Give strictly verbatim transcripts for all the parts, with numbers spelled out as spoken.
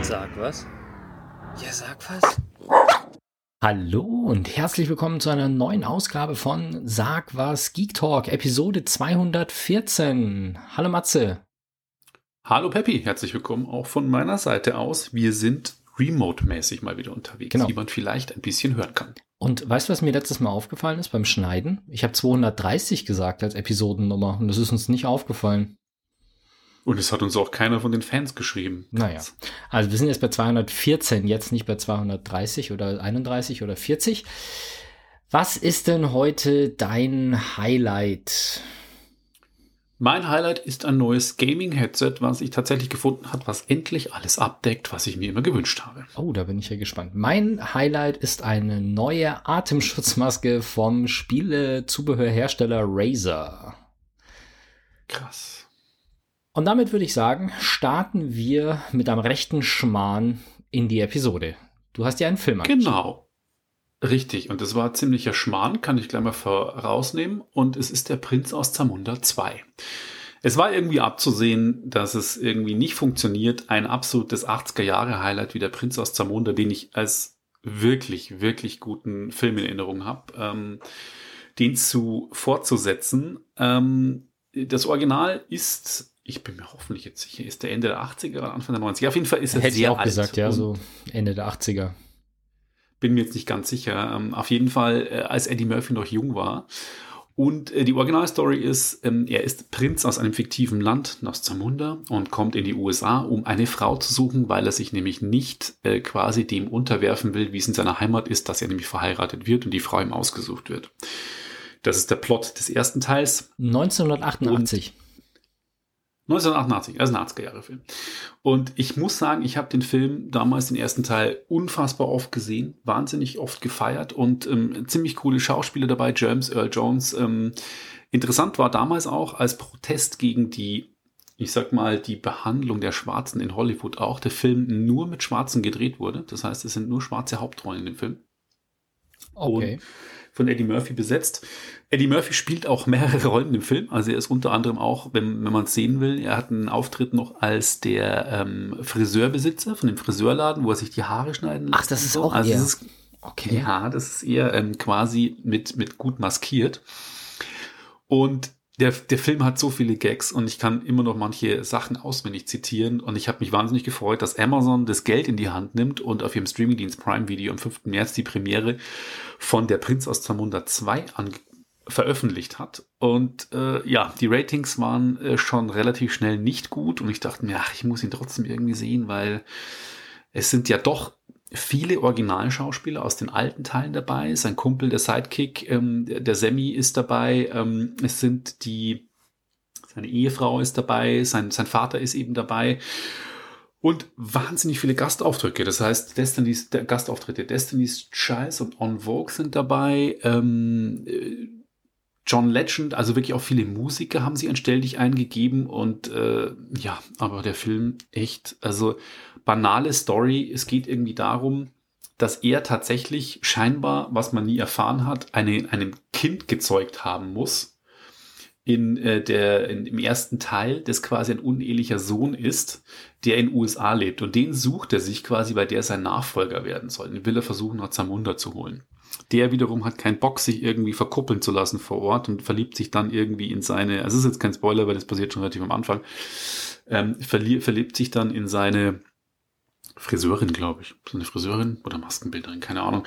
Sag was? Ja, sag was. Hallo und herzlich willkommen zu einer neuen Ausgabe von Sag was Geek Talk, Episode zweihundertvierzehn. Hallo Matze. Hallo Peppi, herzlich willkommen auch von meiner Seite aus. Wir sind remote-mäßig mal wieder unterwegs, Genau. wie man vielleicht ein bisschen hören kann. Und weißt du, was mir letztes Mal aufgefallen ist beim Schneiden? Ich habe zweihundertdreißig gesagt als Episodennummer und das ist uns nicht aufgefallen. Und es hat uns auch keiner von den Fans geschrieben. Naja, also wir sind jetzt bei zweihundertvierzehn, jetzt nicht bei zweihundertdreißig oder einunddreißig oder vierzig. Was ist denn heute dein Highlight? Mein Highlight ist ein neues Gaming-Headset, was ich tatsächlich gefunden habe, was endlich alles abdeckt, was ich mir immer gewünscht habe. Oh, da bin ich ja gespannt. Mein Highlight ist eine neue Atemschutzmaske vom Spielezubehörhersteller Razer. Krass. Und damit würde ich sagen, starten wir mit einem rechten Schmarrn in die Episode. Du hast ja einen Film angeschaut. Genau. Richtig. Und das war ziemlicher Schmarrn, kann ich gleich mal vorausnehmen. Und es ist der Prinz aus Zamunda zwei. Es war irgendwie abzusehen, dass es irgendwie nicht funktioniert. Ein absolutes achtziger-Jahre-Highlight wie der Prinz aus Zamunda, den ich als wirklich, wirklich guten Film in Erinnerung habe, ähm, den zu fortzusetzen. Ähm, das Original ist... Ich bin mir hoffentlich jetzt sicher, ist der Ende der achtziger oder Anfang der neunziger. Auf jeden Fall ist er Hätte sehr ich auch alt. gesagt, ja, so Ende der achtziger. Bin mir jetzt nicht ganz sicher. Ähm, auf jeden Fall, äh, als Eddie Murphy noch jung war. Und äh, die Originalstory ist, ähm, er ist Prinz aus einem fiktiven Land, aus Zamunda, und kommt in die U S A, um eine Frau zu suchen, weil er sich nämlich nicht äh, quasi dem unterwerfen will, wie es in seiner Heimat ist, dass er nämlich verheiratet wird und die Frau ihm ausgesucht wird. Das ist der Plot des ersten Teils. neunzehnhundertachtundachtzig. Und neunzehnhundertachtundachtzig, also ein achtziger-Jahre-Film. Und ich muss sagen, ich habe den Film damals, den ersten Teil, unfassbar oft gesehen, wahnsinnig oft gefeiert und ähm, ziemlich coole Schauspieler dabei, James Earl Jones. Ähm, interessant war damals auch als Protest gegen die, ich sag mal, die Behandlung der Schwarzen in Hollywood auch, der Film nur mit Schwarzen gedreht wurde. Das heißt, es sind nur schwarze Hauptrollen in dem Film. Okay. Und von Eddie Murphy besetzt. Eddie Murphy spielt auch mehrere Rollen im Film. Also er ist unter anderem auch, wenn, wenn man es sehen will, er hat einen Auftritt noch als der ähm, Friseurbesitzer von dem Friseurladen, wo er sich die Haare schneiden lässt. Ach, das ist so. auch also er. Das ist, Okay. Ja, das ist eher ähm, quasi mit, mit gut maskiert. Und der, der Film hat so viele Gags und ich kann immer noch manche Sachen auswendig zitieren und ich habe mich wahnsinnig gefreut, dass Amazon das Geld in die Hand nimmt und auf ihrem Streamingdienst Prime Video am fünften März die Premiere von Der Prinz aus Zamunda zwei an veröffentlicht hat. Und äh, ja, die Ratings waren äh, schon relativ schnell nicht gut und ich dachte mir, ach, ich muss ihn trotzdem irgendwie sehen, weil es sind ja doch viele Originalschauspieler aus den alten Teilen dabei. Sein Kumpel, der Sidekick, ähm, der, der Sammy ist dabei. Ähm, es sind die, seine Ehefrau ist dabei, sein, sein Vater ist eben dabei. Und wahnsinnig viele Gastauftritte. Das heißt, Destiny's, der Gastauftritte, Destiny's Child und On Vogue sind dabei. Ähm, John Legend, also wirklich auch viele Musiker haben sie anstellig eingegeben. Und äh, ja, aber der Film echt, also banale Story. Es geht irgendwie darum, dass er tatsächlich scheinbar, was man nie erfahren hat, eine, einem Kind gezeugt haben muss. In äh, der in, im ersten Teil, das quasi ein unehelicher Sohn ist, der in den U S A lebt. Und den sucht er sich quasi, weil der sein Nachfolger werden soll. Den will er versuchen, nach Zamunda zu holen. Der wiederum hat keinen Bock, sich irgendwie verkuppeln zu lassen vor Ort und verliebt sich dann irgendwie in seine, also es ist jetzt kein Spoiler, weil das passiert schon relativ am Anfang, ähm, verlie- verliebt sich dann in seine Friseurin, glaube ich. So eine Friseurin oder Maskenbildnerin, keine Ahnung.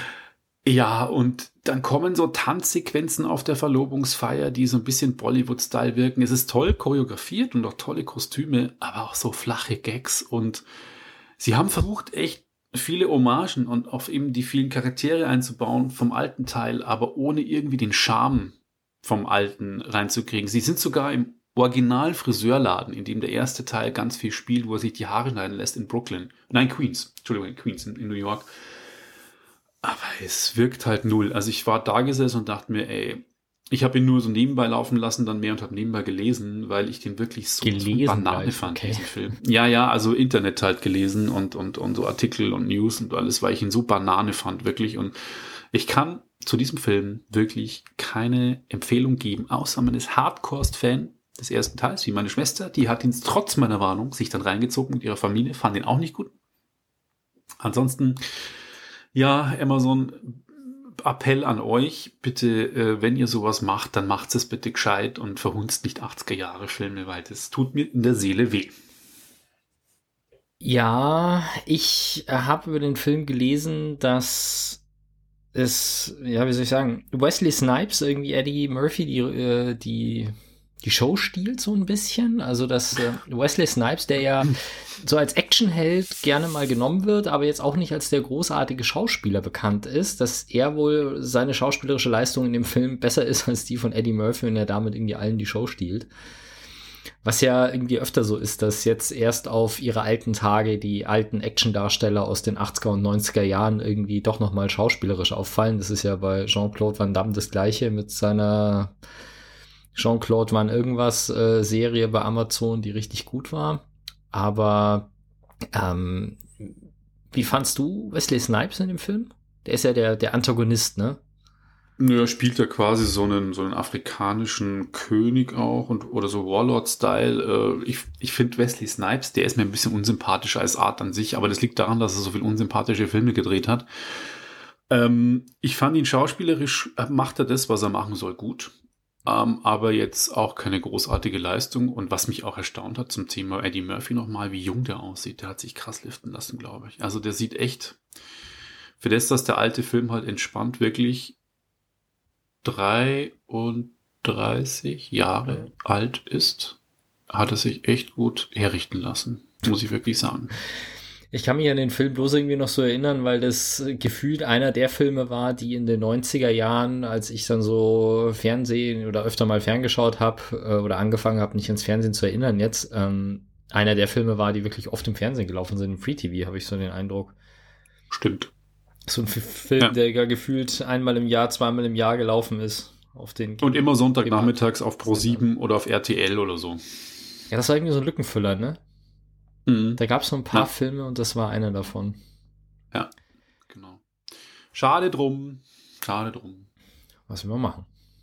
Ja, und dann kommen so Tanzsequenzen auf der Verlobungsfeier, die so ein bisschen Bollywood-Style wirken. Es ist toll choreografiert und auch tolle Kostüme, aber auch so flache Gags. Und sie haben versucht, echt viele Hommagen und auf eben die vielen Charaktere einzubauen vom alten Teil, aber ohne irgendwie den Charme vom alten reinzukriegen. Sie sind sogar im Original-Friseurladen, in dem der erste Teil ganz viel spielt, wo er sich die Haare schneiden lässt in Brooklyn. Nein, Queens. Entschuldigung, in Queens, in, in New York. Aber es wirkt halt null. Also ich war da gesessen und dachte mir, ey, ich habe ihn nur so nebenbei laufen lassen, dann mehr und habe nebenbei gelesen, weil ich den wirklich so, so Banane gleich, fand, okay. diesen Film. Ja, ja, also Internet halt gelesen und, und, und so Artikel und News und alles, weil ich ihn so Banane fand, wirklich. Und ich kann zu diesem Film wirklich keine Empfehlung geben, außer man ist Hardcore-Fan des ersten Teils, wie meine Schwester. Die hat ihn trotz meiner Warnung sich dann reingezogen mit ihrer Familie, fand ihn auch nicht gut. Ansonsten, ja, Amazon, Appell an euch, bitte, äh, wenn ihr sowas macht, dann macht es bitte gescheit und verhunzt nicht achtziger-Jahre-Filme, weil das tut mir in der Seele weh. Ja, ich habe über den Film gelesen, dass es, ja, wie soll ich sagen, Wesley Snipes, irgendwie Eddie Murphy, die, äh, die, die Show stiehlt so ein bisschen. Also, dass äh, Wesley Snipes, der ja so als Actionheld gerne mal genommen wird, aber jetzt auch nicht als der großartige Schauspieler bekannt ist, dass er wohl seine schauspielerische Leistung in dem Film besser ist als die von Eddie Murphy und er damit irgendwie allen die Show stiehlt. Was ja irgendwie öfter so ist, dass jetzt erst auf ihre alten Tage die alten Actiondarsteller aus den achtziger und neunziger Jahren irgendwie doch nochmal schauspielerisch auffallen. Das ist ja bei Jean-Claude Van Damme das Gleiche mit seiner Jean-Claude Van irgendwas äh, Serie bei Amazon, die richtig gut war. Aber ähm, wie fandst du Wesley Snipes in dem Film? Der ist ja der, der Antagonist, ne? Ja, spielt ja quasi so einen, so einen afrikanischen König auch und oder so Warlord-Style. Ich, ich finde Wesley Snipes, der ist mir ein bisschen unsympathischer als Art an sich, aber das liegt daran, dass er so viel unsympathische Filme gedreht hat. Ähm, ich fand ihn schauspielerisch, macht er das, was er machen soll, gut. Ähm, aber jetzt auch keine großartige Leistung. Und was mich auch erstaunt hat zum Thema Eddie Murphy nochmal, wie jung der aussieht. Der hat sich krass liften lassen, glaube ich. Also der sieht echt, für das, dass der alte Film halt entspannt wirklich dreiunddreißig Jahre alt ist, hat er sich echt gut herrichten lassen, muss ich wirklich sagen. Ich kann mich an den Film bloß irgendwie noch so erinnern, weil das gefühlt einer der Filme war, die in den neunziger Jahren, als ich dann so Fernsehen oder öfter mal ferngeschaut habe oder angefangen habe, mich ins Fernsehen zu erinnern jetzt, ähm, einer der Filme war, die wirklich oft im Fernsehen gelaufen sind, im Free T V, habe ich so den Eindruck. Stimmt. So ein Film, ja. der gefühlt einmal im Jahr, zweimal im Jahr gelaufen ist. Auf den Und immer Sonntagnachmittags auf Pro sieben oder auf R T L oder so. Ja, das war irgendwie so ein Lückenfüller, ne? Mhm. Da gab es so ein paar ja. Filme und das war einer davon. Ja, genau. Schade drum. Schade drum. Was will man machen?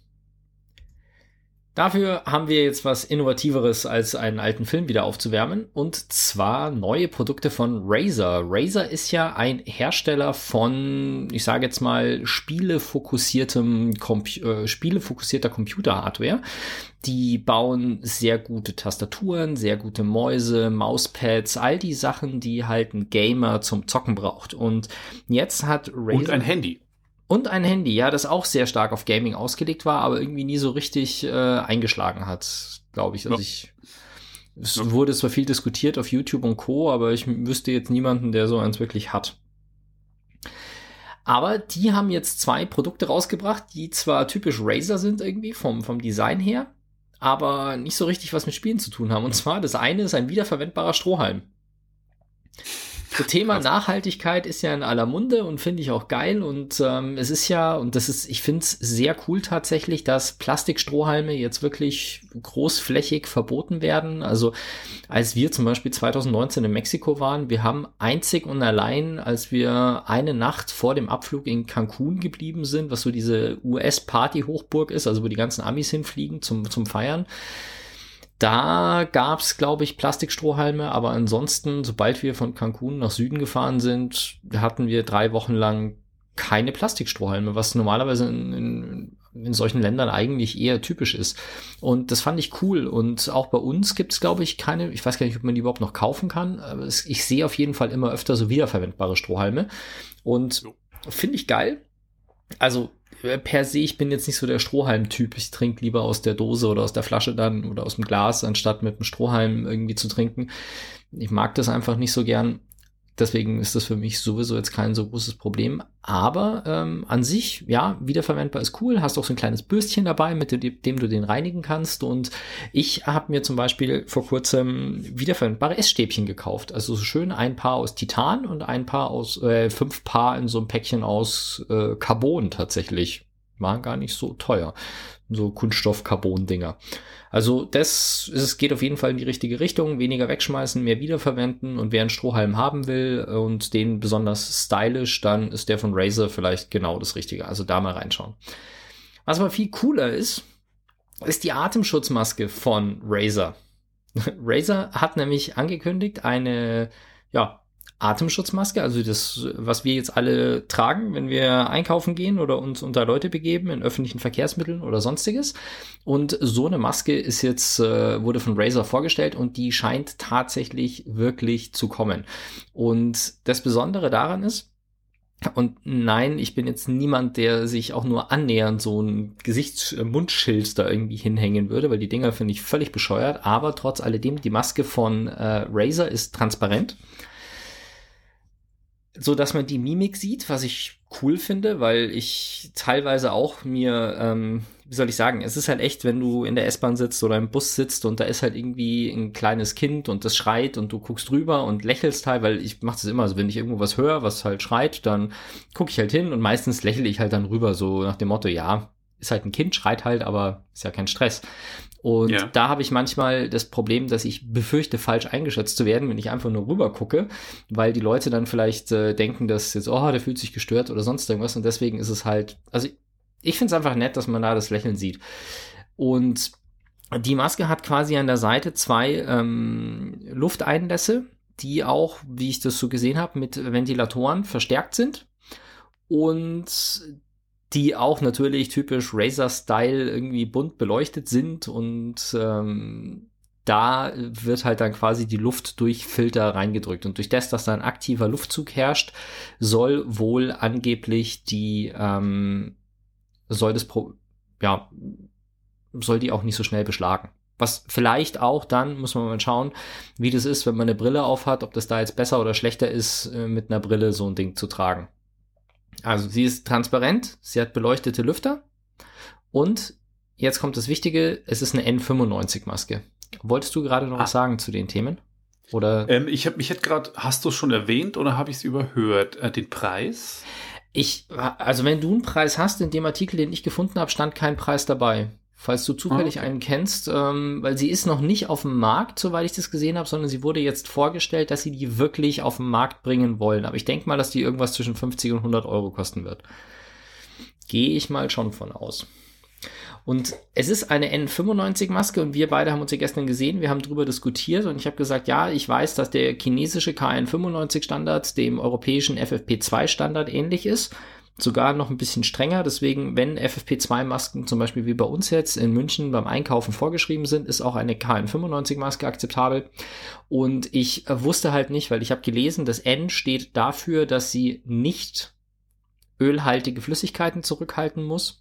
Dafür haben wir jetzt was Innovativeres als einen alten Film wieder aufzuwärmen und zwar neue Produkte von Razer. Razer ist ja ein Hersteller von, ich sage jetzt mal, spielefokussiertem Compu- äh, spielefokussierter Computerhardware. Die bauen sehr gute Tastaturen, sehr gute Mäuse, Mauspads, all die Sachen, die halt ein Gamer zum Zocken braucht. Und jetzt hat Razer... Und ein Handy. Und ein Handy, ja, das auch sehr stark auf Gaming ausgelegt war, aber irgendwie nie so richtig äh, eingeschlagen hat, glaube ich. Also ja. ich es ja. wurde zwar viel diskutiert auf YouTube und Co., aber ich wüsste jetzt niemanden, der so eins wirklich hat. Aber die haben jetzt zwei Produkte rausgebracht, die zwar typisch Razer sind irgendwie vom, vom Design her, aber nicht so richtig was mit Spielen zu tun haben. Und zwar, das eine ist ein wiederverwendbarer Strohhalm. Das Thema Nachhaltigkeit ist ja in aller Munde und finde ich auch geil und ähm, es ist ja, und das ist, ich finde es sehr cool tatsächlich, dass Plastikstrohhalme jetzt wirklich großflächig verboten werden. Also als wir zum Beispiel zwanzig neunzehn in Mexiko waren, wir haben einzig und allein, als wir eine Nacht vor dem Abflug in Cancun geblieben sind, was so diese U S-Party-Hochburg ist, also wo die ganzen Amis hinfliegen zum, zum Feiern, da gab's, glaube ich, Plastikstrohhalme, aber ansonsten, sobald wir von Cancun nach Süden gefahren sind, hatten wir drei Wochen lang keine Plastikstrohhalme, was normalerweise in, in, in solchen Ländern eigentlich eher typisch ist. Und das fand ich cool. Und auch bei uns gibt's, glaube ich, keine, ich weiß gar nicht, ob man die überhaupt noch kaufen kann, aber es, ich sehe auf jeden Fall immer öfter so wiederverwendbare Strohhalme. Und finde ich geil. Also per se, ich bin jetzt nicht so der Strohhalm-Typ. Ich trinke lieber aus der Dose oder aus der Flasche dann oder aus dem Glas, anstatt mit dem Strohhalm irgendwie zu trinken. Ich mag das einfach nicht so gern. Deswegen ist das für mich sowieso jetzt kein so großes Problem. Aber ähm, an sich, ja, wiederverwendbar ist cool. Hast auch so ein kleines Bürstchen dabei, mit dem, dem du den reinigen kannst. Und ich habe mir zum Beispiel vor kurzem wiederverwendbare Essstäbchen gekauft. Also so schön ein Paar aus Titan und ein Paar aus, äh, fünf Paar in so einem Päckchen aus äh, Carbon tatsächlich. War gar nicht so teuer. So Kunststoff-Carbon-Dinger. Also das es geht auf jeden Fall in die richtige Richtung. Weniger wegschmeißen, mehr wiederverwenden. Und wer einen Strohhalm haben will und den besonders stylisch, dann ist der von Razer vielleicht genau das Richtige. Also da mal reinschauen. Was aber viel cooler ist, ist die Atemschutzmaske von Razer. Razer hat nämlich angekündigt, eine ja Atemschutzmaske, also das, was wir jetzt alle tragen, wenn wir einkaufen gehen oder uns unter Leute begeben in öffentlichen Verkehrsmitteln oder sonstiges. Und so eine Maske ist jetzt, äh, wurde von Razer vorgestellt und die scheint tatsächlich wirklich zu kommen. Und das Besondere daran ist, und nein, ich bin jetzt niemand, der sich auch nur annähernd so ein Gesichts-Mundschild da irgendwie hinhängen würde, weil die Dinger finde ich völlig bescheuert, aber trotz alledem, die Maske von äh, Razer ist transparent, so dass man die Mimik sieht, was ich cool finde, weil ich teilweise auch mir, ähm, wie soll ich sagen, es ist halt echt, wenn du in der S-Bahn sitzt oder im Bus sitzt und da ist halt irgendwie ein kleines Kind und das schreit und du guckst rüber und lächelst halt, weil ich mache das immer, also wenn ich irgendwo was höre, was halt schreit, dann gucke ich halt hin und meistens lächle ich halt dann rüber, so nach dem Motto, ja, ist halt ein Kind, schreit halt, aber ist ja kein Stress. Und ja. Da habe ich manchmal das Problem, dass ich befürchte, falsch eingeschätzt zu werden, wenn ich einfach nur rüber gucke, weil die Leute dann vielleicht äh, denken, dass jetzt, oh, der fühlt sich gestört oder sonst irgendwas. Und deswegen ist es halt, also ich, ich finde es einfach nett, dass man da das Lächeln sieht. Und die Maske hat quasi an der Seite zwei ähm, Lufteinlässe, die auch, wie ich das so gesehen habe, mit Ventilatoren verstärkt sind. Und die auch natürlich typisch Razer-Style irgendwie bunt beleuchtet sind und ähm, da wird halt dann quasi die Luft durch Filter reingedrückt und durch das, dass da ein aktiver Luftzug herrscht, soll wohl angeblich die ähm, soll das Pro- ja soll die auch nicht so schnell beschlagen. Was vielleicht auch dann, muss man mal schauen, wie das ist, wenn man eine Brille auf hat, ob das da jetzt besser oder schlechter ist, mit einer Brille so ein Ding zu tragen. Also sie ist transparent, sie hat beleuchtete Lüfter und jetzt kommt das Wichtige, es ist eine N fünfundneunzig Maske. Wolltest du gerade noch ah. was sagen zu den Themen? Oder? Ähm, ich habe mich jetzt gerade, hast du es schon erwähnt oder habe ich es überhört, äh, den Preis? Ich, also wenn du einen Preis hast, in dem Artikel, den ich gefunden habe, stand kein Preis dabei. Falls du zufällig okay. einen kennst, ähm, weil sie ist noch nicht auf dem Markt, soweit ich das gesehen habe, sondern sie wurde jetzt vorgestellt, dass sie die wirklich auf den Markt bringen wollen. Aber ich denke mal, dass die irgendwas zwischen fünfzig und hundert Euro kosten wird. Gehe ich mal schon von aus. Und es ist eine N fünfundneunzig Maske und wir beide haben uns ja gestern gesehen, wir haben drüber diskutiert und ich habe gesagt, ja, ich weiß, dass der chinesische K N fünfundneunzig Standard dem europäischen F F P zwei Standard ähnlich ist. Sogar noch ein bisschen strenger, deswegen, wenn F F P zwei Masken zum Beispiel wie bei uns jetzt in München beim Einkaufen vorgeschrieben sind, ist auch eine K N fünfundneunzig Maske akzeptabel. Und ich wusste halt nicht, weil ich habe gelesen, das N steht dafür, dass sie nicht ölhaltige Flüssigkeiten zurückhalten muss.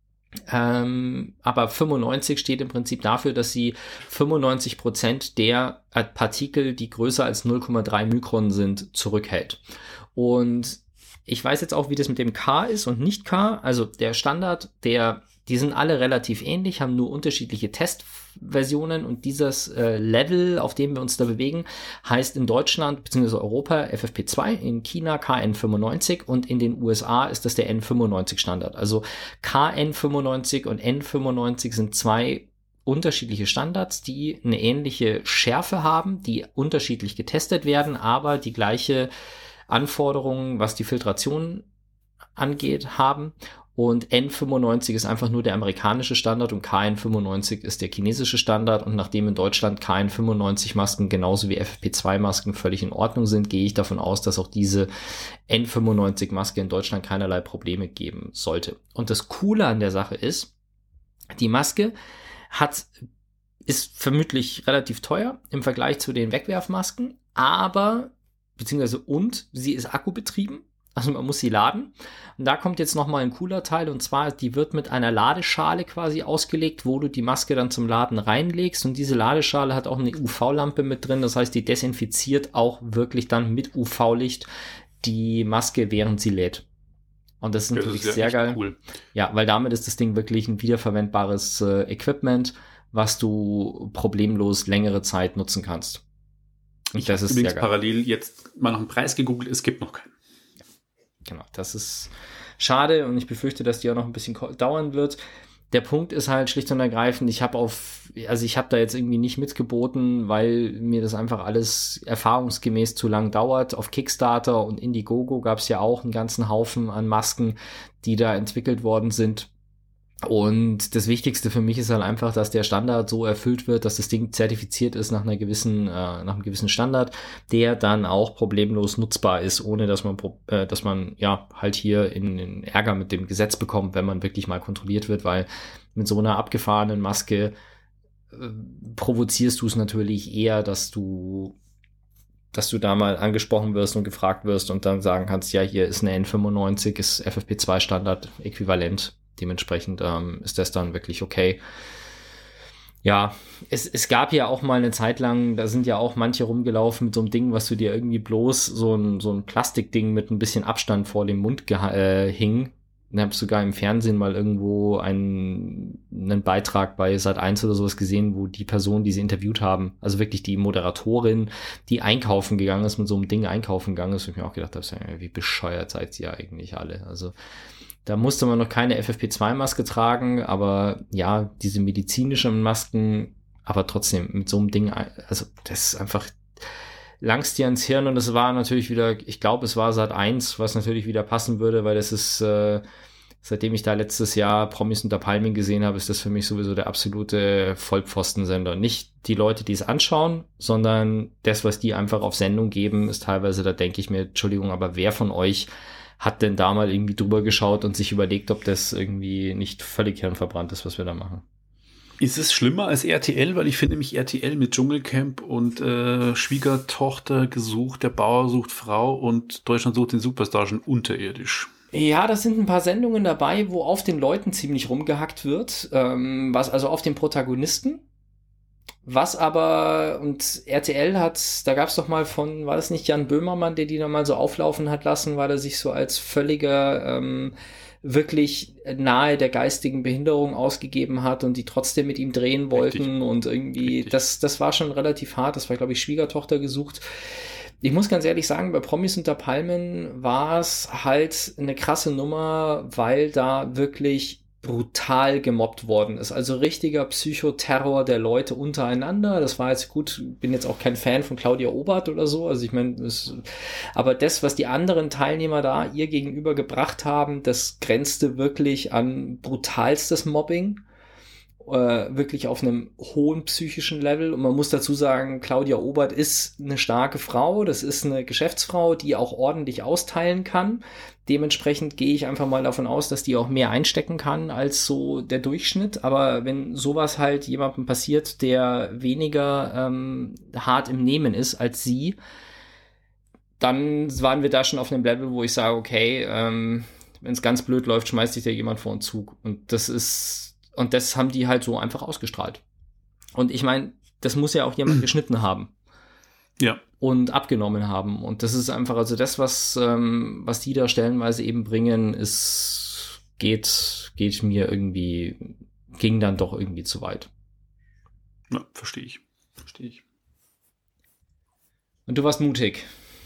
Ähm, aber fünfundneunzig steht im Prinzip dafür, dass sie fünfundneunzig Prozent der Partikel, die größer als null Komma drei Mikron sind, zurückhält. Und ich weiß jetzt auch, wie das mit dem K ist und nicht K. Also der Standard, der, die sind alle relativ ähnlich, haben nur unterschiedliche Testversionen und dieses äh, Level, auf dem wir uns da bewegen, heißt in Deutschland bzw. Europa F F P zwei, in China K N fünfundneunzig und in den U S A ist das der N fünfundneunzig Standard. Also K N fünfundneunzig und N fünfundneunzig sind zwei unterschiedliche Standards, die eine ähnliche Schärfe haben, die unterschiedlich getestet werden, aber die gleiche Anforderungen, was die Filtration angeht, haben. Und N fünfundneunzig ist einfach nur der amerikanische Standard und K N fünfundneunzig ist der chinesische Standard. Und nachdem in Deutschland K N fünfundneunzig Masken genauso wie F F P zwei Masken völlig in Ordnung sind, gehe ich davon aus, dass auch diese N fünfundneunzig Maske in Deutschland keinerlei Probleme geben sollte. Und das Coole an der Sache ist, die Maske hat, ist vermutlich relativ teuer im Vergleich zu den Wegwerfmasken, aber beziehungsweise und sie ist akkubetrieben, also man muss sie laden. Und da kommt jetzt nochmal ein cooler Teil und zwar, die wird mit einer Ladeschale quasi ausgelegt, wo du die Maske dann zum Laden reinlegst und diese Ladeschale hat auch eine U V-Lampe mit drin, das heißt, die desinfiziert auch wirklich dann mit U V-Licht die Maske, während sie lädt. Und das ist natürlich das ist ja sehr geil. Cool. Ja, weil damit ist das Ding wirklich ein wiederverwendbares äh, Equipment, was du problemlos längere Zeit nutzen kannst. Und ich das ist übrigens parallel jetzt mal nach dem Preis gegoogelt, es gibt noch keinen. Genau, das ist schade und ich befürchte, dass die auch noch ein bisschen dauern wird. Der Punkt ist halt schlicht und ergreifend, ich habe auf, also ich habe da jetzt irgendwie nicht mitgeboten, weil mir das einfach alles erfahrungsgemäß zu lang dauert. Auf Kickstarter und Indiegogo gab es ja auch einen ganzen Haufen an Masken, die da entwickelt worden sind. Und das Wichtigste für mich ist halt einfach, dass der Standard so erfüllt wird, dass das Ding zertifiziert ist nach einer gewissen, äh, nach einem gewissen Standard, der dann auch problemlos nutzbar ist, ohne dass man, äh, dass man ja halt hier in, in Ärger mit dem Gesetz bekommt, wenn man wirklich mal kontrolliert wird, weil mit so einer abgefahrenen Maske äh, provozierst du es natürlich eher, dass du dass du da mal angesprochen wirst und gefragt wirst und dann sagen kannst, ja, hier ist eine N fünfundneunzig, ist F F P zwei Standard äquivalent. Dementsprechend ähm, ist das dann wirklich okay. Ja, es, es gab ja auch mal eine Zeit lang, da sind ja auch manche rumgelaufen mit so einem Ding, was du dir irgendwie bloß so ein, so ein Plastikding mit ein bisschen Abstand vor dem Mund geha- äh, hing. Ich habe sogar im Fernsehen mal irgendwo einen, einen Beitrag bei Sat eins oder sowas gesehen, wo die Person, die sie interviewt haben, also wirklich die Moderatorin, die einkaufen gegangen ist, mit so einem Ding einkaufen gegangen ist, und ich mir auch gedacht habe, wie bescheuert seid ihr eigentlich alle. Also da musste man noch keine F F P zwei Maske tragen, aber ja, diese medizinischen Masken, aber trotzdem mit so einem Ding, also das ist einfach langst dir ans Hirn, und es war natürlich wieder, ich glaube, es war Sat eins, was natürlich wieder passen würde, weil das ist, äh, seitdem ich da letztes Jahr Promis unter Palmen gesehen habe, ist das für mich sowieso der absolute Vollpfostensender. Nicht die Leute, die es anschauen, sondern das, was die einfach auf Sendung geben, ist teilweise, da denke ich mir, Entschuldigung, aber wer von euch hat denn da mal irgendwie drüber geschaut und sich überlegt, ob das irgendwie nicht völlig hirnverbrannt ist, was wir da machen? Ist es schlimmer als R T L? Weil ich finde nämlich R T L mit Dschungelcamp und äh, Schwiegertochter gesucht, der Bauer sucht Frau und Deutschland sucht den Superstar schon unterirdisch. Ja, das sind ein paar Sendungen dabei, wo auf den Leuten ziemlich rumgehackt wird, ähm, was also auf den Protagonisten. Was aber, und R T L hat, da gab es doch mal von, war das nicht Jan Böhmermann, der die da mal so auflaufen hat lassen, weil er sich so als völliger, ähm, wirklich nahe der geistigen Behinderung ausgegeben hat und die trotzdem mit ihm drehen wollten. Richtig. Und irgendwie, das, das war schon relativ hart, das war, glaube ich, Schwiegertochter gesucht. Ich muss ganz ehrlich sagen, bei Promis unter Palmen war es halt eine krasse Nummer, weil da wirklich brutal gemobbt worden ist. Also richtiger Psychoterror der Leute untereinander. Das war jetzt gut, bin jetzt auch kein Fan von Claudia Obert oder so. Also ich meine, aber das, was die anderen Teilnehmer da ihr gegenüber gebracht haben, das grenzte wirklich an brutalstes Mobbing. Äh, wirklich auf einem hohen psychischen Level. Und man muss dazu sagen, Claudia Obert ist eine starke Frau. Das ist eine Geschäftsfrau, die auch ordentlich austeilen kann. Dementsprechend gehe ich einfach mal davon aus, dass die auch mehr einstecken kann als so der Durchschnitt. Aber wenn sowas halt jemandem passiert, der weniger ähm, hart im Nehmen ist als sie, dann waren wir da schon auf einem Level, wo ich sage, okay, ähm, wenn es ganz blöd läuft, schmeißt sich da jemand vor den Zug. Und das ist Und das haben die halt so einfach ausgestrahlt. Und ich meine, das muss ja auch jemand geschnitten haben. Ja. Und abgenommen haben. Und das ist einfach, also das, was, ähm, was die da stellenweise eben bringen, ist, geht, geht mir irgendwie, ging dann doch irgendwie zu weit. Ja, verstehe ich. Verstehe ich. Und du warst mutig.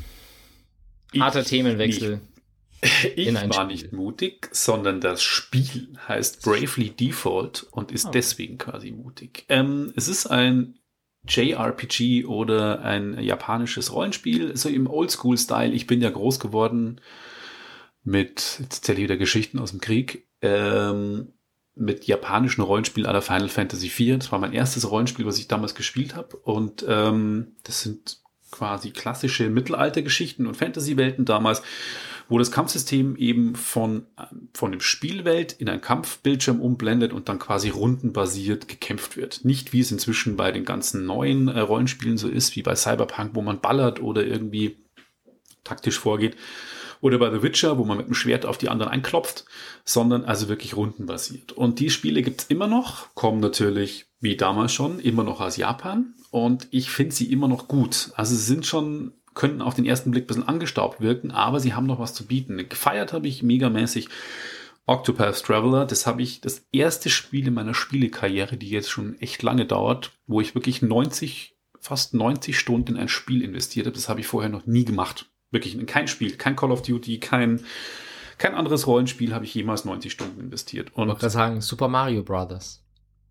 Harter Themenwechsel. Nicht. Ich war Spiel. nicht mutig, sondern das Spiel heißt Bravely Default und ist oh. deswegen quasi mutig. Ähm, es ist ein J R P G oder ein japanisches Rollenspiel, so im Oldschool-Style. Ich bin ja groß geworden mit, jetzt erzähle ich wieder Geschichten aus dem Krieg, ähm, mit japanischen Rollenspielen aller Final Fantasy vier. Das war mein erstes Rollenspiel, was ich damals gespielt habe. Und ähm, das sind quasi klassische Mittelaltergeschichten und Fantasy-Welten damals, wo das Kampfsystem eben von, von dem Spielwelt in ein Kampfbildschirm umblendet und dann quasi rundenbasiert gekämpft wird. Nicht wie es inzwischen bei den ganzen neuen äh, Rollenspielen so ist, wie bei Cyberpunk, wo man ballert oder irgendwie taktisch vorgeht. Oder bei The Witcher, wo man mit dem Schwert auf die anderen einklopft, sondern also wirklich rundenbasiert. Und die Spiele gibt's immer noch, kommen natürlich, wie damals schon, immer noch aus Japan. Und ich finde sie immer noch gut. Also sie sind schon, könnten auf den ersten Blick ein bisschen angestaubt wirken, aber sie haben noch was zu bieten. Gefeiert habe ich megamäßig Octopath Traveler. Das habe ich, das erste Spiel in meiner Spielekarriere, die jetzt schon echt lange dauert, wo ich wirklich neunzig, fast neunzig Stunden in ein Spiel investiert habe. Das habe ich vorher noch nie gemacht. Wirklich in kein Spiel, kein Call of Duty, kein, kein anderes Rollenspiel habe ich jemals neunzig Stunden investiert. Und ich wollte sagen, Super Mario Brothers.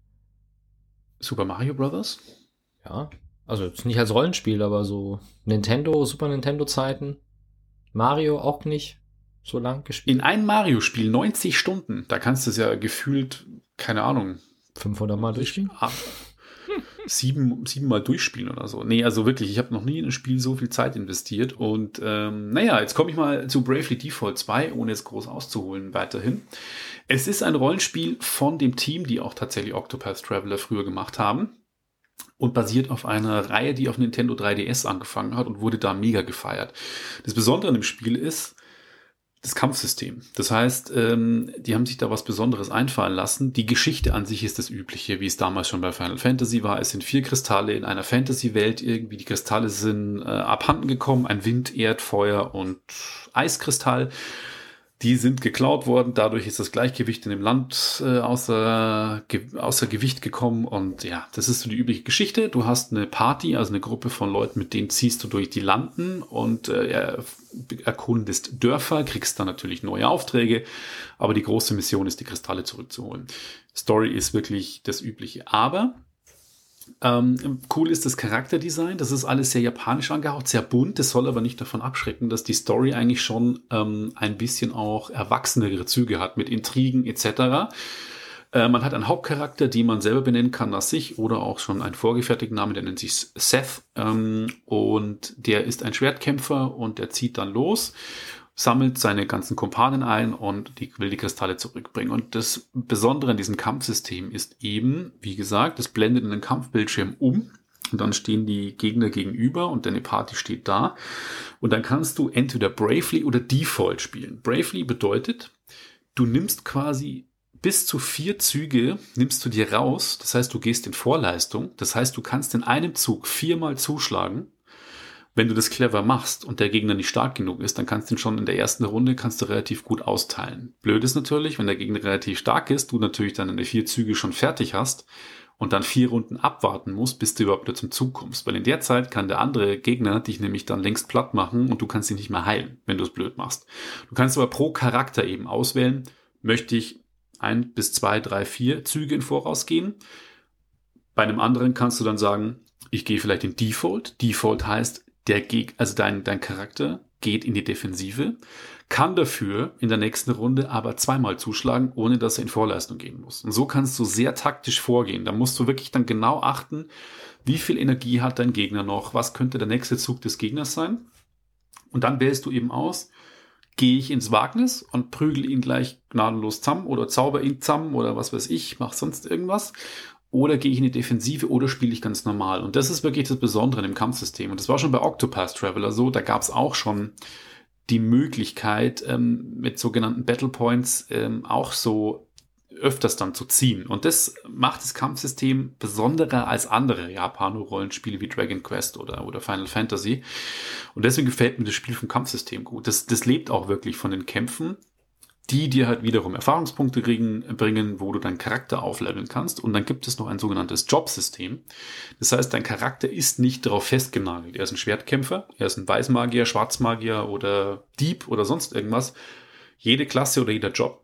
Super Mario Brothers? Ja, also jetzt nicht als Rollenspiel, aber so Nintendo, Super Nintendo Zeiten. Mario auch nicht. so lang gespielt? In einem Mario-Spiel neunzig Stunden. Da kannst du es ja gefühlt, keine Ahnung. fünfhundert Mal durchspielen? Ah, sieben, sieben Mal durchspielen oder so. Nee, also wirklich, ich habe noch nie in ein Spiel so viel Zeit investiert. Und ähm, naja, jetzt komme ich mal zu Bravely Default zwei, ohne jetzt groß auszuholen weiterhin. Es ist ein Rollenspiel von dem Team, die auch tatsächlich Octopath Traveler früher gemacht haben. Und basiert auf einer Reihe, die auf Nintendo drei D S angefangen hat und wurde da mega gefeiert. Das Besondere an dem Spiel ist das Kampfsystem. Das heißt, ähm, die haben sich da was Besonderes einfallen lassen. Die Geschichte an sich ist das Übliche, wie es damals schon bei Final Fantasy war. Es sind vier Kristalle in einer Fantasy-Welt irgendwie. Die Kristalle sind äh, abhanden gekommen. Ein Wind, Erd, Feuer und Eiskristall. Die sind geklaut worden, dadurch ist das Gleichgewicht in dem Land äh, außer, ge- außer Gewicht gekommen und ja, das ist so die übliche Geschichte. Du hast eine Party, also eine Gruppe von Leuten, mit denen ziehst du durch die Landen und äh, erkundest Dörfer, kriegst dann natürlich neue Aufträge, aber die große Mission ist, die Kristalle zurückzuholen. Story ist wirklich das Übliche, aber Ähm, cool ist das Charakterdesign, das ist alles sehr japanisch angehaucht, sehr bunt, das soll aber nicht davon abschrecken, dass die Story eigentlich schon ähm, ein bisschen auch erwachsenere Züge hat mit Intrigen et cetera. Äh, man hat einen Hauptcharakter, den man selber benennen kann nach sich oder auch schon einen vorgefertigten Namen, der nennt sich Seth ähm, und der ist ein Schwertkämpfer und der zieht dann los, sammelt seine ganzen Kumpanen ein und die, will die Kristalle zurückbringen. Und das Besondere an diesem Kampfsystem ist eben, wie gesagt, es blendet in den Kampfbildschirm um und dann stehen die Gegner gegenüber und deine Party steht da. Und dann kannst du entweder Bravely oder Default spielen. Bravely bedeutet, du nimmst quasi bis zu vier Züge, nimmst du dir raus. Das heißt, du gehst in Vorleistung. Das heißt, du kannst in einem Zug viermal zuschlagen. Wenn du das clever machst und der Gegner nicht stark genug ist, dann kannst du ihn schon in der ersten Runde kannst du relativ gut austeilen. Blöd ist natürlich, wenn der Gegner relativ stark ist, du natürlich dann deine vier Züge schon fertig hast und dann vier Runden abwarten musst, bis du überhaupt wieder zum Zug kommst. Weil in der Zeit kann der andere Gegner dich nämlich dann längst platt machen und du kannst ihn nicht mehr heilen, wenn du es blöd machst. Du kannst aber pro Charakter eben auswählen, möchte ich ein bis zwei, drei, vier Züge in Voraus gehen. Bei einem anderen kannst du dann sagen, ich gehe vielleicht in Default. Default heißt, der Geg- also dein, dein Charakter geht in die Defensive, kann dafür in der nächsten Runde aber zweimal zuschlagen, ohne dass er in Vorleistung gehen muss. Und so kannst du sehr taktisch vorgehen. Da musst du wirklich dann genau achten, wie viel Energie hat dein Gegner noch, was könnte der nächste Zug des Gegners sein. Und dann wählst du eben aus, gehe ich ins Wagnis und prügel ihn gleich gnadenlos zusammen oder zauber ihn zusammen oder was weiß ich, mach sonst irgendwas. Oder gehe ich in die Defensive oder spiele ich ganz normal. Und das ist wirklich das Besondere im Kampfsystem. Und das war schon bei Octopath Traveler so. Da gab es auch schon die Möglichkeit, ähm, mit sogenannten Battle Points ähm, auch so öfters dann zu ziehen. Und das macht das Kampfsystem besonderer als andere Japano-Rollenspiele wie Dragon Quest oder, oder Final Fantasy. Und deswegen gefällt mir das Spiel vom Kampfsystem gut. Das, das lebt auch wirklich von den Kämpfen, die dir halt wiederum Erfahrungspunkte kriegen, bringen, wo du deinen Charakter aufleveln kannst. Und dann gibt es noch ein sogenanntes Jobsystem. Das heißt, dein Charakter ist nicht darauf festgenagelt. Er ist ein Schwertkämpfer, er ist ein Weißmagier, Schwarzmagier oder Dieb oder sonst irgendwas. Jede Klasse oder jeder Job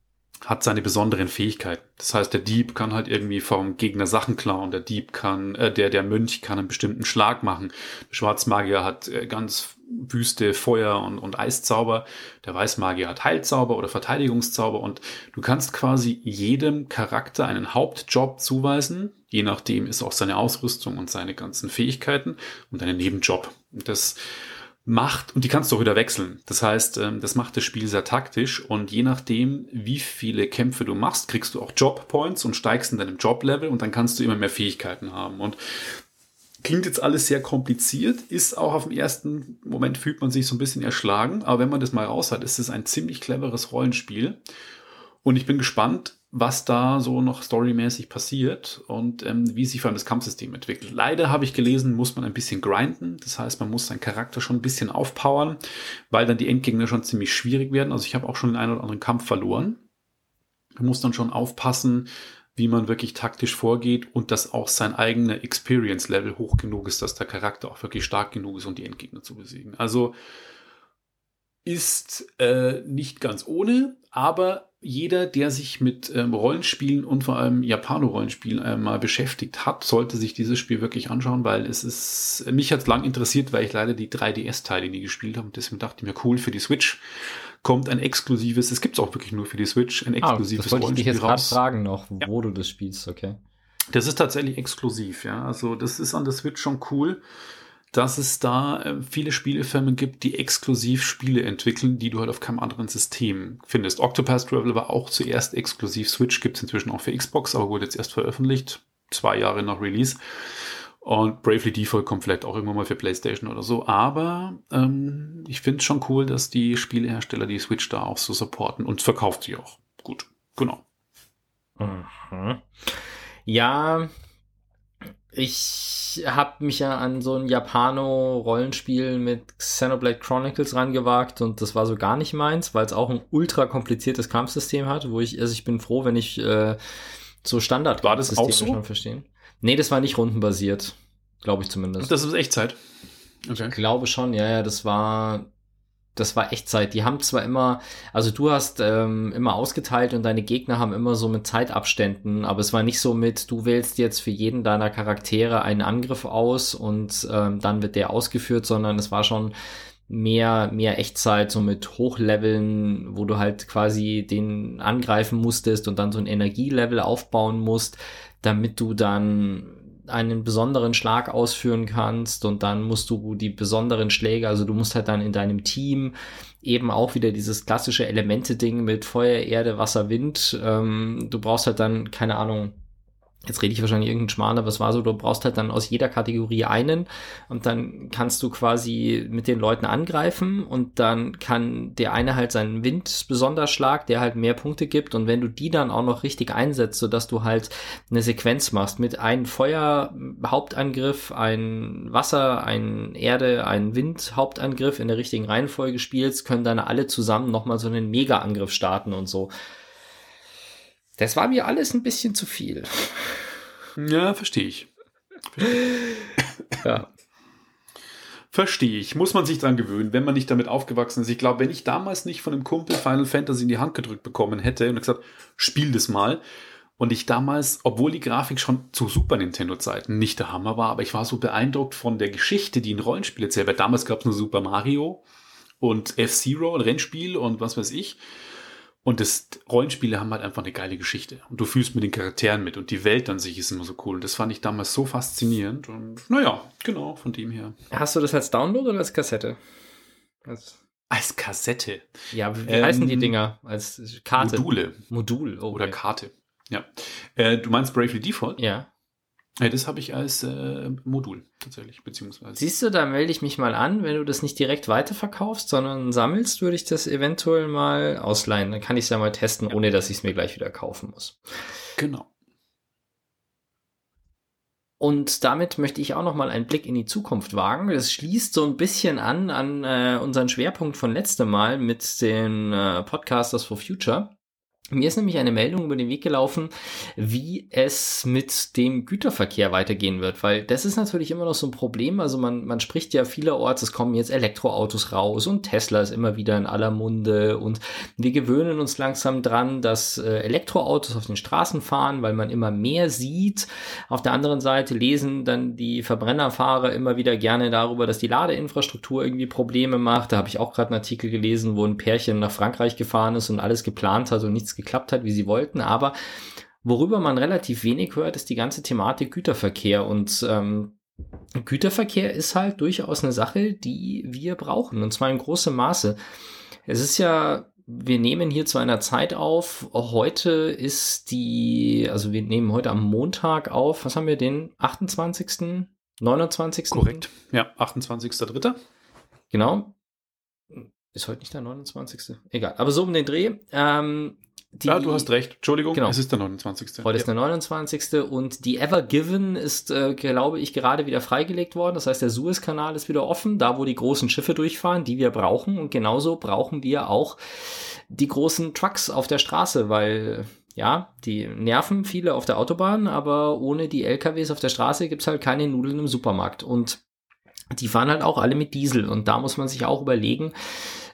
hat seine besonderen Fähigkeiten. Das heißt, der Dieb kann halt irgendwie vom Gegner Sachen klauen. Der Dieb kann, äh, der, der Mönch kann einen bestimmten Schlag machen. Der Schwarzmagier hat äh, ganz wüste Feuer- und, und Eiszauber. Der Weißmagier hat Heilzauber oder Verteidigungszauber. Und du kannst quasi jedem Charakter einen Hauptjob zuweisen. Je nachdem ist auch seine Ausrüstung und seine ganzen Fähigkeiten und einen Nebenjob. Und das macht, und die kannst du auch wieder wechseln. Das heißt, das macht das Spiel sehr taktisch und je nachdem, wie viele Kämpfe du machst, kriegst du auch Job-Points und steigst in deinem Job-Level und dann kannst du immer mehr Fähigkeiten haben. Und klingt jetzt alles sehr kompliziert, ist auch auf den ersten Moment fühlt man sich so ein bisschen erschlagen, aber wenn man das mal raus hat, ist es ein ziemlich cleveres Rollenspiel. Und ich bin gespannt, was da so noch storymäßig passiert und ähm, wie sich vor allem das Kampfsystem entwickelt. Leider habe ich gelesen, muss man ein bisschen grinden. Das heißt, man muss seinen Charakter schon ein bisschen aufpowern, weil dann die Endgegner schon ziemlich schwierig werden. Also ich habe auch schon den einen oder anderen Kampf verloren. Man muss dann schon aufpassen, wie man wirklich taktisch vorgeht und dass auch sein eigener Experience-Level hoch genug ist, dass der Charakter auch wirklich stark genug ist, um die Endgegner zu besiegen. Also ist äh, nicht ganz ohne, aber jeder, der sich mit ähm, Rollenspielen und vor allem Japano-Rollenspielen äh, mal beschäftigt hat, sollte sich dieses Spiel wirklich anschauen, weil es ist, mich hat es lang interessiert, weil ich leider die drei D S-Teile nie gespielt habe und deswegen dachte ich mir, cool, für die Switch kommt ein exklusives, es gibt es auch wirklich nur für die Switch, ein exklusives ah, das wollte ich dich jetzt gerade fragen noch, wo ja. du das spielst, okay. Das ist tatsächlich exklusiv, ja. Also das ist an der Switch schon cool, dass es da äh, viele Spielefirmen gibt, die exklusiv Spiele entwickeln, die du halt auf keinem anderen System findest. Octopath Traveler war auch zuerst exklusiv Switch, gibt es inzwischen auch für Xbox, aber wurde jetzt erst veröffentlicht, zwei Jahre nach Release. Und Bravely Default kommt vielleicht auch irgendwann mal für PlayStation oder so. Aber ähm, ich finde es schon cool, dass die Spielehersteller die Switch da auch so supporten und verkauft sie auch. Gut, genau. Mhm. Ja, ich habe mich ja an so ein Japano-Rollenspiel mit Xenoblade Chronicles rangewagt und das war so gar nicht meins, weil es auch ein ultra kompliziertes Kampfsystem hat, wo ich, also ich bin froh, wenn ich äh, so Standard war das auch so? schon verstehen. Nee, das war nicht rundenbasiert, glaube ich zumindest. Das ist Echtzeit? Okay. Ich glaube schon, ja, ja, das war das war Echtzeit. Die haben zwar immer, also du hast ähm, immer ausgeteilt und deine Gegner haben immer so mit Zeitabständen, aber es war nicht so mit, du wählst jetzt für jeden deiner Charaktere einen Angriff aus und ähm, dann wird der ausgeführt, sondern es war schon mehr, mehr Echtzeit, so mit Hochleveln, wo du halt quasi den angreifen musstest und dann so ein Energielevel aufbauen musst, damit du dann einen besonderen Schlag ausführen kannst und dann musst du die besonderen Schläge, also du musst halt dann in deinem Team eben auch wieder dieses klassische Elemente-Ding mit Feuer, Erde, Wasser, Wind. Ähm, du brauchst halt dann, keine Ahnung, jetzt rede ich wahrscheinlich irgendeinen Schmarrn, aber es war so, du brauchst halt dann aus jeder Kategorie einen und dann kannst du quasi mit den Leuten angreifen und dann kann der eine halt seinen Wind-Besonderschlag, der halt mehr Punkte gibt und wenn du die dann auch noch richtig einsetzt, sodass du halt eine Sequenz machst mit einem Feuer-Hauptangriff, ein Wasser, ein Erde, ein Wind-Hauptangriff in der richtigen Reihenfolge spielst, können dann alle zusammen nochmal so einen Mega-Angriff starten und so. Das war mir alles ein bisschen zu viel. Ja, verstehe ich. Verstehe. Ja. Verstehe ich. Muss man sich dran gewöhnen, wenn man nicht damit aufgewachsen ist. Ich glaube, wenn ich damals nicht von einem Kumpel Final Fantasy in die Hand gedrückt bekommen hätte und gesagt, spiel das mal. Und ich damals, obwohl die Grafik schon zu Super Nintendo-Zeiten nicht der Hammer war, aber ich war so beeindruckt von der Geschichte, die ein Rollenspiel erzählt. Weil damals gab es nur Super Mario und F-Zero, ein Rennspiel und was weiß ich. Und das Rollenspiele haben halt einfach eine geile Geschichte. Und du fühlst mit den Charakteren mit. Und die Welt an sich ist immer so cool. Und das fand ich damals so faszinierend. Und naja, genau, von dem her. Hast du das als Download oder als Kassette? Als, als Kassette? Ja, wie ähm, heißen die Dinger? Als Karte? Module. Modul, okay. Oder Karte, ja. Äh, du meinst Bravely Default? Ja. Ja, das habe ich als äh, Modul tatsächlich, beziehungsweise. Siehst du, da melde ich mich mal an, wenn du das nicht direkt weiterverkaufst, sondern sammelst, würde ich das eventuell mal ausleihen. Dann kann ich es ja mal testen, ja. Ohne dass ich es mir gleich wieder kaufen muss. Genau. Und damit möchte ich auch noch mal einen Blick in die Zukunft wagen. Das schließt so ein bisschen an an äh, unseren Schwerpunkt von letztem Mal mit den äh, Podcasters for Future. Mir ist nämlich eine Meldung über den Weg gelaufen, wie es mit dem Güterverkehr weitergehen wird, weil das ist natürlich immer noch so ein Problem. Also man, man spricht ja vielerorts, es kommen jetzt Elektroautos raus und Tesla ist immer wieder in aller Munde und wir gewöhnen uns langsam dran, dass äh, Elektroautos auf den Straßen fahren, weil man immer mehr sieht. Auf der anderen Seite lesen dann die Verbrennerfahrer immer wieder gerne darüber, dass die Ladeinfrastruktur irgendwie Probleme macht. Da habe ich auch gerade einen Artikel gelesen, wo ein Pärchen nach Frankreich gefahren ist und alles geplant hat und nichts geklappt hat, wie sie wollten, aber worüber man relativ wenig hört, ist die ganze Thematik Güterverkehr und ähm, Güterverkehr ist halt durchaus eine Sache, die wir brauchen und zwar in großem Maße. Es ist ja, wir nehmen hier zu einer Zeit auf, heute ist die, also wir nehmen heute am Montag auf, was haben wir, den achtundzwanzigsten, neunundzwanzigsten Korrekt, ja, achtundzwanzigster dritter Genau. Ist heute nicht der neunundzwanzigste Egal, aber so um den Dreh. Ähm, Die, ja, du hast recht. Entschuldigung, genau. Es ist der neunundzwanzigste Heute ja. ist der neunundzwanzigste Und die Ever Given ist, äh, glaube ich, gerade wieder freigelegt worden. Das heißt, der Suezkanal ist wieder offen, da wo die großen Schiffe durchfahren, die wir brauchen. Und genauso brauchen wir auch die großen Trucks auf der Straße, weil, ja, die nerven viele auf der Autobahn, aber ohne die L K Ws auf der Straße gibt's halt keine Nudeln im Supermarkt. Und die fahren halt auch alle mit Diesel. Und da muss man sich auch überlegen,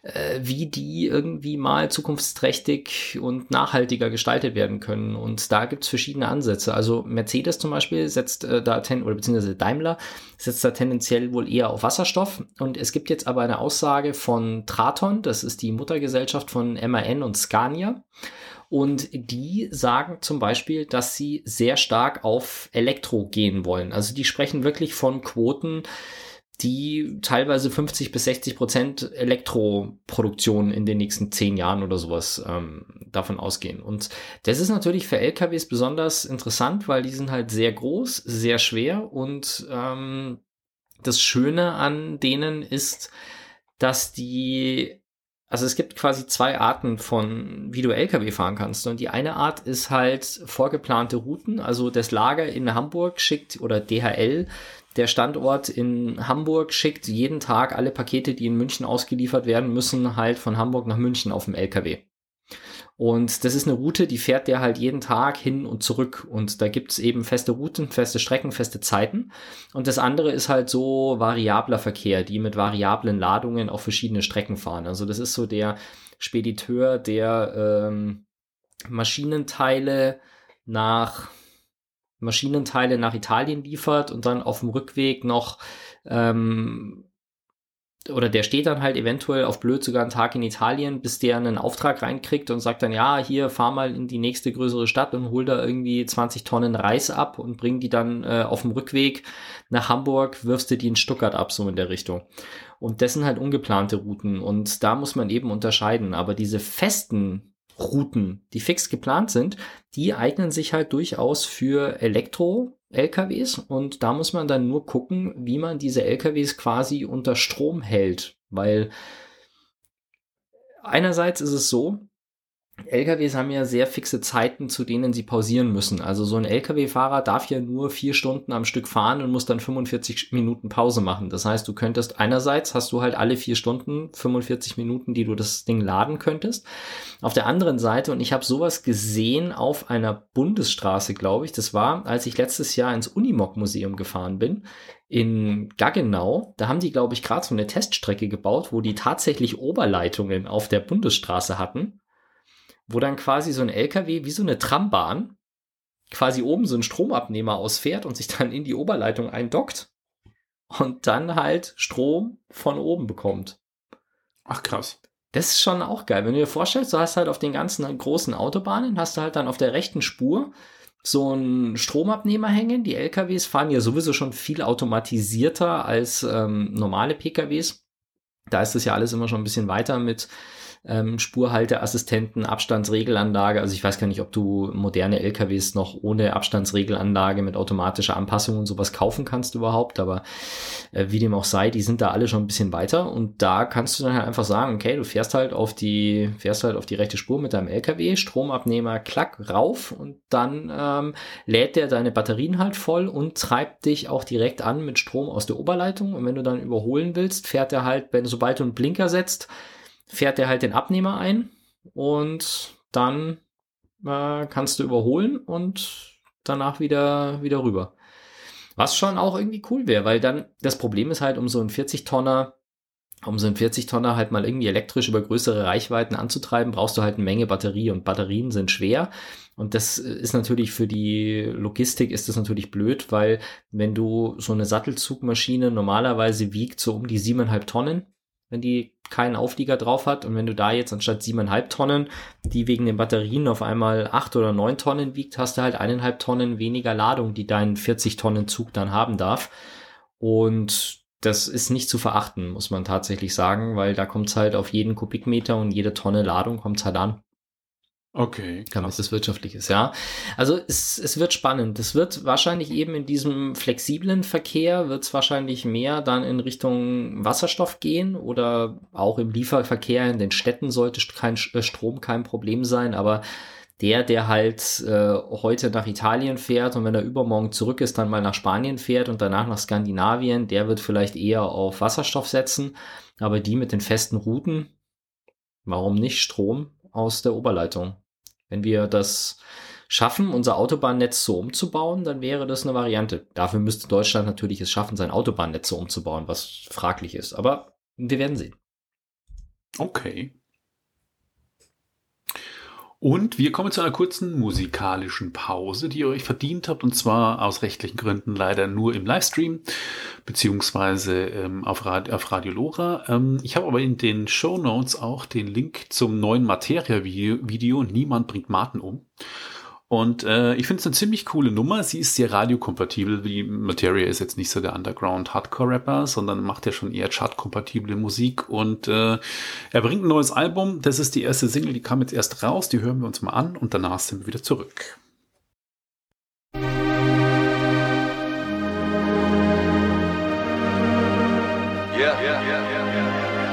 äh, wie die irgendwie mal zukunftsträchtig und nachhaltiger gestaltet werden können. Und da gibt's verschiedene Ansätze. Also Mercedes zum Beispiel setzt äh, da, ten, oder beziehungsweise Daimler setzt da tendenziell wohl eher auf Wasserstoff. Und es gibt jetzt aber eine Aussage von Traton, das ist die Muttergesellschaft von M A N und Scania. Und die sagen zum Beispiel, dass sie sehr stark auf Elektro gehen wollen. Also die sprechen wirklich von Quoten, die teilweise fünfzig bis sechzig Prozent Elektroproduktion in den nächsten zehn Jahren oder sowas ähm, davon ausgehen. Und das ist natürlich für L K Ws besonders interessant, weil die sind halt sehr groß, sehr schwer und ähm, das Schöne an denen ist, dass die Also es gibt quasi zwei Arten von, wie du L K W fahren kannst. Und die eine Art ist halt vorgeplante Routen. Also das Lager in Hamburg schickt, oder D H L, der Standort in Hamburg schickt jeden Tag alle Pakete, die in München ausgeliefert werden müssen, halt von Hamburg nach München auf dem L K W. Und das ist eine Route, die fährt der halt jeden Tag hin und zurück. Und da gibt's eben feste Routen, feste Strecken, feste Zeiten. Und das andere ist halt so variabler Verkehr, die mit variablen Ladungen auf verschiedene Strecken fahren. Also das ist so der Spediteur, der ähm, Maschinenteile nach Maschinenteile nach Italien liefert und dann auf dem Rückweg noch ähm, oder der steht dann halt eventuell auf blöd sogar einen Tag in Italien, bis der einen Auftrag reinkriegt und sagt dann, ja, hier, fahr mal in die nächste größere Stadt und hol da irgendwie zwanzig Tonnen Reis ab und bring die dann äh, auf dem Rückweg nach Hamburg, wirfst du die in Stuttgart ab, so in der Richtung. Und das sind halt ungeplante Routen und da muss man eben unterscheiden. Aber diese festen Routen, die fix geplant sind, die eignen sich halt durchaus für Elektro-L K Ws und da muss man dann nur gucken, wie man diese L K Ws quasi unter Strom hält, weil einerseits ist es so, L K Ws haben ja sehr fixe Zeiten, zu denen sie pausieren müssen. Also so ein L K W-Fahrer darf ja nur vier Stunden am Stück fahren und muss dann fünfundvierzig Minuten Pause machen. Das heißt, du könntest einerseits hast du halt alle vier Stunden fünfundvierzig Minuten, die du das Ding laden könntest. Auf der anderen Seite, und ich habe sowas gesehen auf einer Bundesstraße, glaube ich, das war, als ich letztes Jahr ins Unimog-Museum gefahren bin, in Gaggenau, da haben die, glaube ich, gerade so eine Teststrecke gebaut, wo die tatsächlich Oberleitungen auf der Bundesstraße hatten, wo dann quasi so ein L K W wie so eine Trambahn quasi oben so einen Stromabnehmer ausfährt und sich dann in die Oberleitung eindockt und dann halt Strom von oben bekommt. Ach krass. Das ist schon auch geil. Wenn du dir vorstellst, du hast halt auf den ganzen großen Autobahnen, hast du halt dann auf der rechten Spur so einen Stromabnehmer hängen. Die L K Ws fahren ja sowieso schon viel automatisierter als ähm, normale P K Ws. Da ist das ja alles immer schon ein bisschen weiter mit ähm, Spurhalteassistenten, Abstandsregelanlage. Also ich weiß gar nicht, ob du moderne L K Ws noch ohne Abstandsregelanlage mit automatischer Anpassung und sowas kaufen kannst überhaupt. Aber äh, wie dem auch sei, die sind da alle schon ein bisschen weiter. Und da kannst du dann halt einfach sagen, okay, du fährst halt auf die, fährst halt auf die rechte Spur mit deinem L K W, Stromabnehmer, klack, rauf und dann ähm, lädt der deine Batterien halt voll und treibt dich auch direkt an mit Strom aus der Oberleitung. Und wenn du dann überholen willst, fährt er halt, wenn sobald du einen Blinker setzt, fährt er halt den Abnehmer ein und dann äh, kannst du überholen und danach wieder, wieder rüber. Was schon auch irgendwie cool wäre, weil dann das Problem ist halt, um so einen vierzig Tonner, um so einen vierzig Tonner halt mal irgendwie elektrisch über größere Reichweiten anzutreiben, brauchst du halt eine Menge Batterie und Batterien sind schwer. Und das ist natürlich für die Logistik ist das natürlich blöd, weil wenn du so eine Sattelzugmaschine normalerweise wiegt so um die siebeneinhalb Tonnen, wenn die keinen Auflieger drauf hat und wenn du da jetzt anstatt siebeneinhalb Tonnen, die wegen den Batterien auf einmal acht oder neun Tonnen wiegt, hast du halt eineinhalb Tonnen weniger Ladung, die dein vierzig Tonnen Zug dann haben darf. Und das ist nicht zu verachten, muss man tatsächlich sagen, weil da kommt es halt auf jeden Kubikmeter und jede Tonne Ladung kommt es halt an. Okay, damit es wirtschaftlich ist, ja. Also es, es wird spannend. Es wird wahrscheinlich eben in diesem flexiblen Verkehr, wird es wahrscheinlich mehr dann in Richtung Wasserstoff gehen oder auch im Lieferverkehr in den Städten sollte kein Strom kein Problem sein, aber der, der halt äh, heute nach Italien fährt und wenn er übermorgen zurück ist, dann mal nach Spanien fährt und danach nach Skandinavien, der wird vielleicht eher auf Wasserstoff setzen, aber die mit den festen Routen, warum nicht Strom aus der Oberleitung? Wenn wir das schaffen, unser Autobahnnetz so umzubauen, dann wäre das eine Variante. Dafür müsste Deutschland natürlich es schaffen, sein Autobahnnetz so umzubauen, was fraglich ist. Aber wir werden sehen. Okay. Und wir kommen zu einer kurzen musikalischen Pause, die ihr euch verdient habt, und zwar aus rechtlichen Gründen leider nur im Livestream, beziehungsweise ähm, auf, Rad- auf Radio Lora. Ähm, ich habe aber in den Shownotes auch den Link zum neuen Materia-Video, Video Niemand bringt Martin um. Und äh, ich finde es eine ziemlich coole Nummer. Sie ist sehr radiokompatibel. Die Materia ist jetzt nicht so der Underground-Hardcore-Rapper, sondern macht ja schon eher chartkompatible Musik. Und äh, er bringt ein neues Album. Das ist die erste Single, die kam jetzt erst raus. Die hören wir uns mal an und danach sind wir wieder zurück. Yeah, yeah, yeah, yeah, yeah.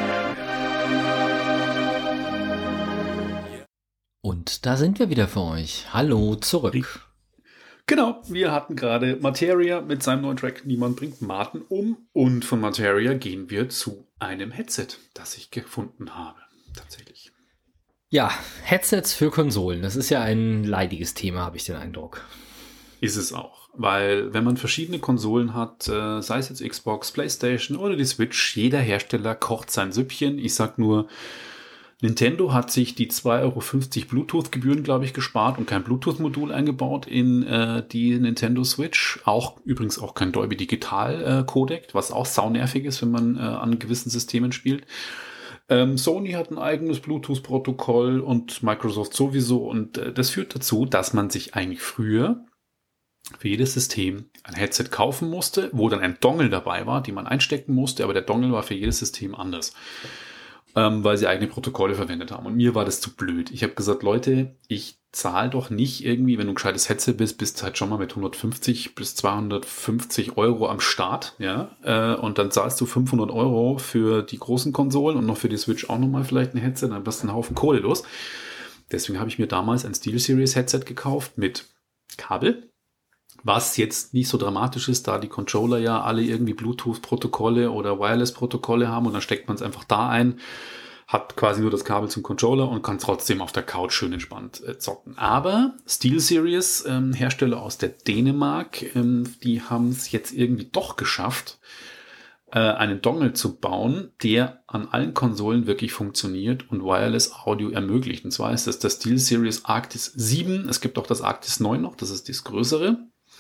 Und da sind wir wieder für euch. Hallo zurück. Genau, wir hatten gerade Materia mit seinem neuen Track Niemand bringt Martin um. Und von Materia gehen wir zu einem Headset, das ich gefunden habe. Tatsächlich. Ja, Headsets für Konsolen. Das ist ja ein leidiges Thema, habe ich den Eindruck. Ist es auch. Weil wenn man verschiedene Konsolen hat, äh, sei es jetzt Xbox, PlayStation oder die Switch, jeder Hersteller kocht sein Süppchen. Ich sag nur, Nintendo hat sich die zwei Euro fünfzig Bluetooth-Gebühren, glaube ich, gespart und kein Bluetooth-Modul eingebaut in äh, die Nintendo Switch. Auch übrigens auch kein Dolby Digital äh, Codec, was auch saunervig ist, wenn man äh, an gewissen Systemen spielt. Ähm, Sony hat ein eigenes Bluetooth-Protokoll und Microsoft sowieso. Und äh, das führt dazu, dass man sich eigentlich früher für jedes System ein Headset kaufen musste, wo dann ein Dongle dabei war, den man einstecken musste, aber der Dongle war für jedes System anders. Ähm, weil sie eigene Protokolle verwendet haben. Und mir war das zu blöd. Ich habe gesagt, Leute, ich zahle doch nicht irgendwie, wenn du ein gescheites Headset bist, bist halt schon mal mit hundertfünfzig bis zweihundertfünfzig Euro am Start, ja, äh, und dann zahlst du fünfhundert Euro für die großen Konsolen und noch für die Switch auch nochmal vielleicht ein Headset, dann wirst du einen Haufen Kohle los. Deswegen habe ich mir damals ein SteelSeries Headset gekauft mit Kabel, was jetzt nicht so dramatisch ist, da die Controller ja alle irgendwie Bluetooth-Protokolle oder Wireless-Protokolle haben und dann steckt man es einfach da ein, hat quasi nur das Kabel zum Controller und kann trotzdem auf der Couch schön entspannt äh, zocken. Aber SteelSeries, ähm, Hersteller aus der Dänemark, ähm, die haben es jetzt irgendwie doch geschafft, äh, einen Dongle zu bauen, der an allen Konsolen wirklich funktioniert und Wireless Audio ermöglicht. Und zwar ist das das SteelSeries Arctis sieben. Es gibt auch das Arctis neun noch, das ist das größere.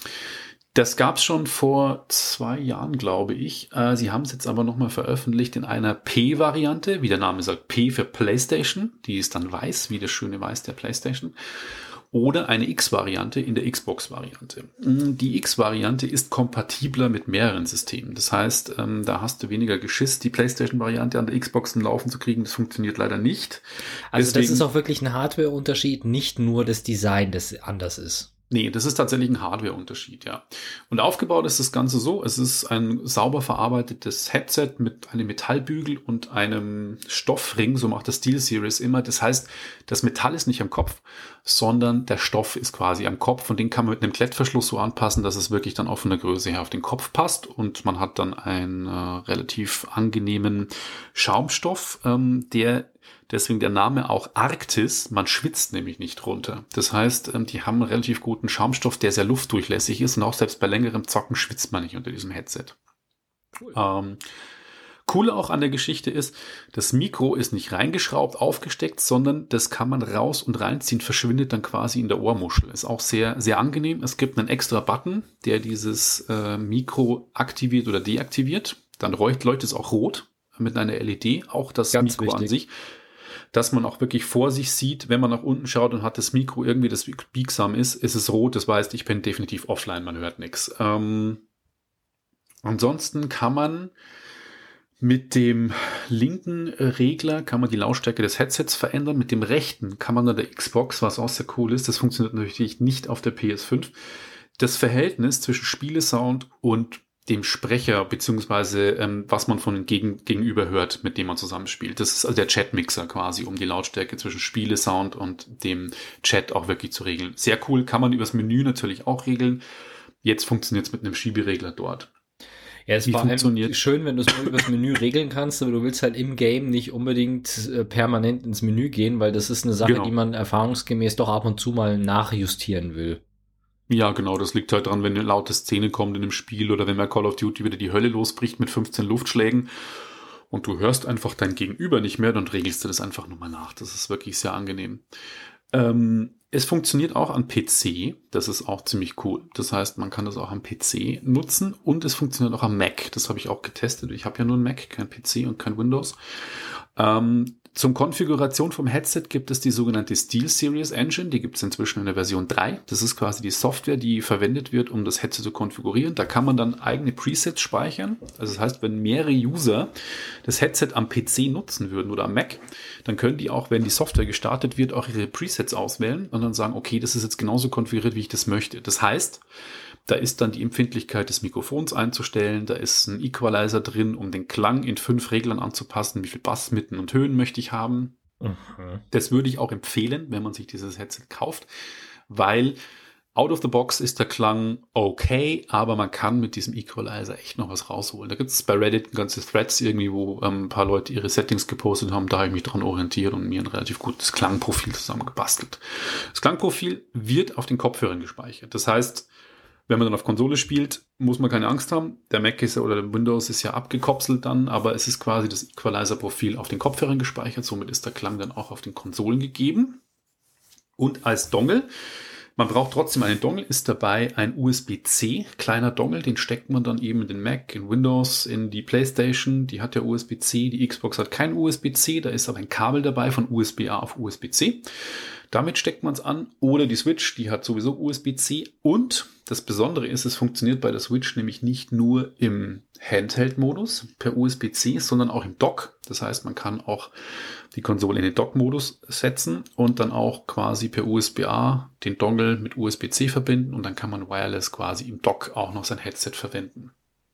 Das gab es schon vor zwei Jahren, glaube ich. Äh, sie haben es jetzt aber nochmal veröffentlicht in einer P-Variante, wie der Name sagt, P für PlayStation. Die ist dann weiß, wie das schöne Weiß der PlayStation. Oder eine X-Variante in der Xbox-Variante. Die X-Variante ist kompatibler mit mehreren Systemen. Das heißt, ähm, da hast du weniger Geschiss, die PlayStation-Variante an der Xbox Laufen zu kriegen. Das funktioniert leider nicht. Also Deswegen, das ist auch wirklich ein Hardware-Unterschied, nicht nur das Design, das anders ist. Nee, das ist tatsächlich ein Hardware-Unterschied, ja. Und aufgebaut ist das Ganze so, es ist ein sauber verarbeitetes Headset mit einem Metallbügel und einem Stoffring, so macht das SteelSeries immer. Das heißt, das Metall ist nicht am Kopf, sondern der Stoff ist quasi am Kopf und den kann man mit einem Klettverschluss so anpassen, dass es wirklich dann auch von der Größe her auf den Kopf passt und man hat dann einen äh, relativ angenehmen Schaumstoff, ähm, der deswegen der Name auch Arktis, man schwitzt nämlich nicht runter. Das heißt, die haben einen relativ guten Schaumstoff, der sehr luftdurchlässig ist und auch selbst bei längerem Zocken schwitzt man nicht unter diesem Headset. Cool. Ähm, cool auch an der Geschichte ist, das Mikro ist nicht reingeschraubt, aufgesteckt, sondern das kann man raus und reinziehen, verschwindet dann quasi in der Ohrmuschel. Ist auch sehr, sehr angenehm. Es gibt einen extra Button, der dieses äh, Mikro aktiviert oder deaktiviert. Dann leuchtet es auch rot mit einer L E D, auch das Ganz Mikro wichtig. an sich, dass man auch wirklich vor sich sieht, wenn man nach unten schaut und hat das Mikro irgendwie, das biegsam ist, ist es rot, das heißt, ich bin definitiv offline, man hört nichts. Ähm, ansonsten kann man mit dem linken Regler kann man die Lautstärke des Headsets verändern, mit dem rechten kann man an der Xbox, was auch sehr cool ist, das funktioniert natürlich nicht auf der P S fünf, das Verhältnis zwischen Spielesound und dem Sprecher, beziehungsweise ähm, was man von gegen, gegenüber hört, mit dem man zusammenspielt. Das ist also der Chatmixer quasi, um die Lautstärke zwischen Spielesound und dem Chat auch wirklich zu regeln. Sehr cool, kann man übers Menü natürlich auch regeln. Jetzt funktioniert es mit einem Schieberegler dort. Ja, es Wie war funktioniert- schön, wenn du es nur übers Menü regeln kannst, aber du willst halt im Game nicht unbedingt äh, permanent ins Menü gehen, weil das ist eine Sache, Genau. die man erfahrungsgemäß doch ab und zu mal nachjustieren will. Ja, genau, das liegt halt dran, wenn eine laute Szene kommt in einem Spiel oder wenn bei Call of Duty wieder die Hölle losbricht mit fünfzehn Luftschlägen und du hörst einfach dein Gegenüber nicht mehr, dann regelst du das einfach nochmal nach. Das ist wirklich sehr angenehm. Ähm, es funktioniert auch am P C, das ist auch ziemlich cool. Das heißt, man kann das auch am P C nutzen und es funktioniert auch am Mac. Das habe ich auch getestet. Ich habe ja nur einen Mac, kein P C und kein Windows. Ähm, Zum Konfiguration vom Headset gibt es die sogenannte SteelSeries Engine. Die gibt es inzwischen in der Version drei. Das ist quasi die Software, die verwendet wird, um das Headset zu konfigurieren. Da kann man dann eigene Presets speichern. Also das heißt, wenn mehrere User das Headset am P C nutzen würden oder am Mac, dann können die auch, wenn die Software gestartet wird, auch ihre Presets auswählen und dann sagen, okay, das ist jetzt genauso konfiguriert, wie ich das möchte. Das heißt, da ist dann die Empfindlichkeit des Mikrofons einzustellen, da ist ein Equalizer drin, um den Klang in fünf Reglern anzupassen, wie viel Bass, Mitten und Höhen möchte ich haben. Mhm. Das würde ich auch empfehlen, wenn man sich dieses Headset kauft, weil out of the box ist der Klang okay, aber man kann mit diesem Equalizer echt noch was rausholen. Da gibt es bei Reddit ganze Threads irgendwie, wo ähm, ein paar Leute ihre Settings gepostet haben, da habe ich mich dran orientiert und mir ein relativ gutes Klangprofil zusammengebastelt. Das Klangprofil wird auf den Kopfhörern gespeichert. Das heißt, wenn man dann auf Konsole spielt, muss man keine Angst haben. Der Mac ist ja, oder der Windows ist ja abgekopselt dann, aber es ist quasi das Equalizer-Profil auf den Kopfhörern gespeichert. Somit ist der Klang dann auch auf den Konsolen gegeben. Und als Dongle, man braucht trotzdem einen Dongle, ist dabei ein U S B C, kleiner Dongle, den steckt man dann eben in den Mac, in Windows, in die PlayStation, die hat ja U S B C, die Xbox hat kein U S B C, da ist aber ein Kabel dabei von U S B A auf U S B C. Damit steckt man es an, oder die Switch, die hat sowieso U S B C, und das Besondere ist, es funktioniert bei der Switch nämlich nicht nur im Handheld-Modus per U S B C, sondern auch im Dock. Das heißt, man kann auch die Konsole in den Dock-Modus setzen und dann auch quasi per U S B A den Dongle mit U S B C verbinden und dann kann man wireless quasi im Dock auch noch sein Headset verwenden.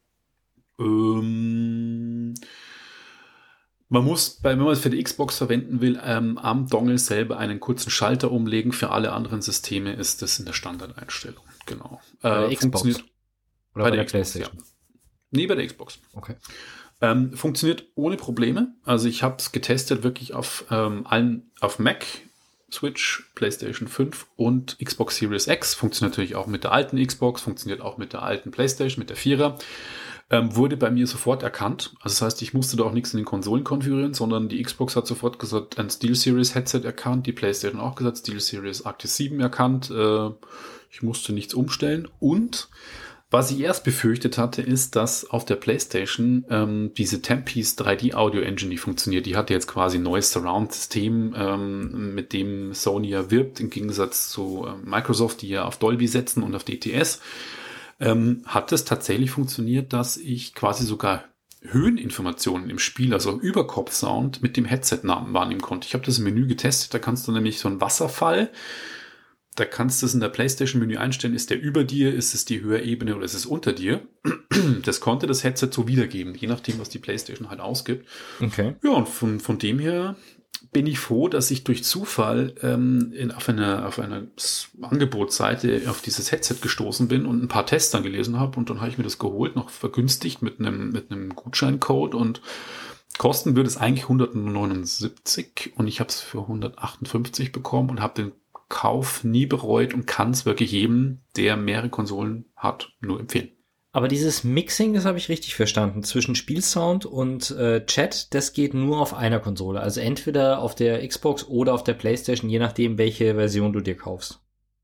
Ähm... Man muss, bei, wenn man es für die Xbox verwenden will, ähm, am Dongle selber einen kurzen Schalter umlegen. Für alle anderen Systeme ist das in der Standardeinstellung. Genau. Bei der äh, Xbox? Oder bei, bei der, der Xbox, PlayStation? Ja. Nee, bei der Xbox. Okay. Ähm, funktioniert ohne Probleme. Also ich habe es getestet wirklich auf ähm, allen, auf Mac, Switch, PlayStation fünf und Xbox Series X. Funktioniert natürlich auch mit der alten Xbox, funktioniert auch mit der alten PlayStation, mit der Vierer. Ähm, wurde bei mir sofort erkannt. Also das heißt, ich musste da auch nichts in den Konsolen konfigurieren, sondern die Xbox hat sofort gesagt, ein SteelSeries Headset erkannt, die PlayStation auch gesagt, SteelSeries Active sieben erkannt. Äh, ich musste nichts umstellen. Und was ich erst befürchtet hatte, ist, dass auf der PlayStation ähm, diese Tempe's drei D Audio Engine, die funktioniert, die hatte jetzt quasi ein neues Surround-System, ähm, mit dem Sony ja wirbt, im Gegensatz zu äh, Microsoft, die ja auf Dolby setzen und auf D T S. Ähm, hat es tatsächlich funktioniert, dass ich quasi sogar Höheninformationen im Spiel, also Überkopfsound, mit dem Headset-Namen wahrnehmen konnte. Ich habe das im Menü getestet, da kannst du nämlich so einen Wasserfall, da kannst du es in der PlayStation-Menü einstellen, ist der über dir, ist es die Höherebene oder ist es unter dir. Das konnte das Headset so wiedergeben, je nachdem, was die PlayStation halt ausgibt. Okay. Ja, und von, von dem her bin ich froh, dass ich durch Zufall ähm, in, auf einer auf einer Angebotsseite auf dieses Headset gestoßen bin und ein paar Tests dann gelesen habe und dann habe ich mir das geholt, noch vergünstigt mit einem mit einem Gutscheincode, und kosten würde es eigentlich hundertneunundsiebzig und ich habe es für hundertachtundfünfzig bekommen und habe den Kauf nie bereut und kann es wirklich jedem, der mehrere Konsolen hat, nur empfehlen. Aber dieses Mixing, das habe ich richtig verstanden, zwischen Spielsound und äh, Chat, das geht nur auf einer Konsole. Also entweder auf der Xbox oder auf der PlayStation, je nachdem, welche Version du dir kaufst.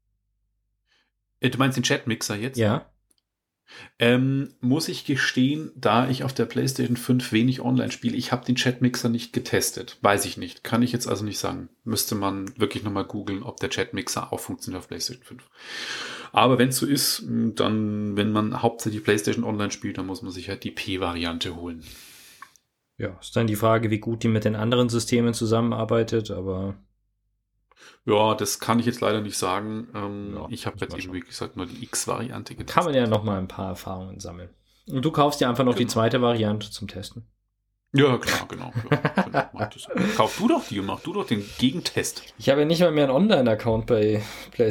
Du meinst den Chatmixer jetzt? Ja. Ähm, muss ich gestehen, da ich auf der PlayStation fünf wenig online spiele, ich habe den Chatmixer nicht getestet. Weiß ich nicht. Kann ich jetzt also nicht sagen. Müsste man wirklich nochmal googeln, ob der Chatmixer auch funktioniert auf PlayStation fünf. Aber wenn es so ist, dann, wenn man hauptsächlich PlayStation online spielt, dann muss man sich halt die P-Variante holen. Ja, ist dann die Frage, wie gut die mit den anderen Systemen zusammenarbeitet, aber... Ja, das kann ich jetzt leider nicht sagen. Ähm, ja, ich habe jetzt eben, wie gesagt, nur die X-Variante getestet. Kann man ja noch mal ein paar Erfahrungen sammeln. Und du kaufst dir einfach noch genau. die zweite Variante zum Testen. Ja, klar, genau. Ja, genau. Kauf du doch die und mach du doch den Gegentest. Ich habe ja nicht mal mehr einen Online-Account bei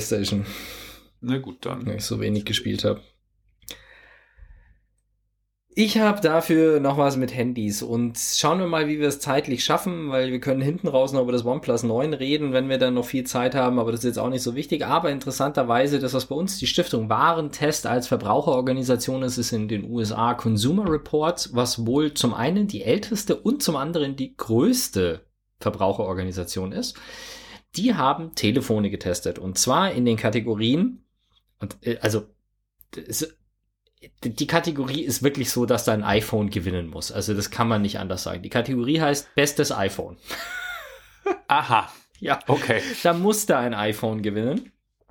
PlayStation. Na gut, dann. Weil ich so wenig gespielt habe. Ich habe dafür noch was mit Handys und schauen wir mal, wie wir es zeitlich schaffen, weil wir können hinten raus noch über das OnePlus neun reden, wenn wir dann noch viel Zeit haben, aber das ist jetzt auch nicht so wichtig. Aber interessanterweise, das, was bei uns die Stiftung Warentest als Verbraucherorganisation ist, ist in den U S A Consumer Report, was wohl zum einen die älteste und zum anderen die größte Verbraucherorganisation ist. Die haben Telefone getestet und zwar in den Kategorien, und also es die Kategorie ist wirklich so, dass da ein iPhone gewinnen muss. Also das kann man nicht anders sagen. Die Kategorie heißt bestes iPhone. Aha. Ja. Okay. Da muss da ein iPhone gewinnen.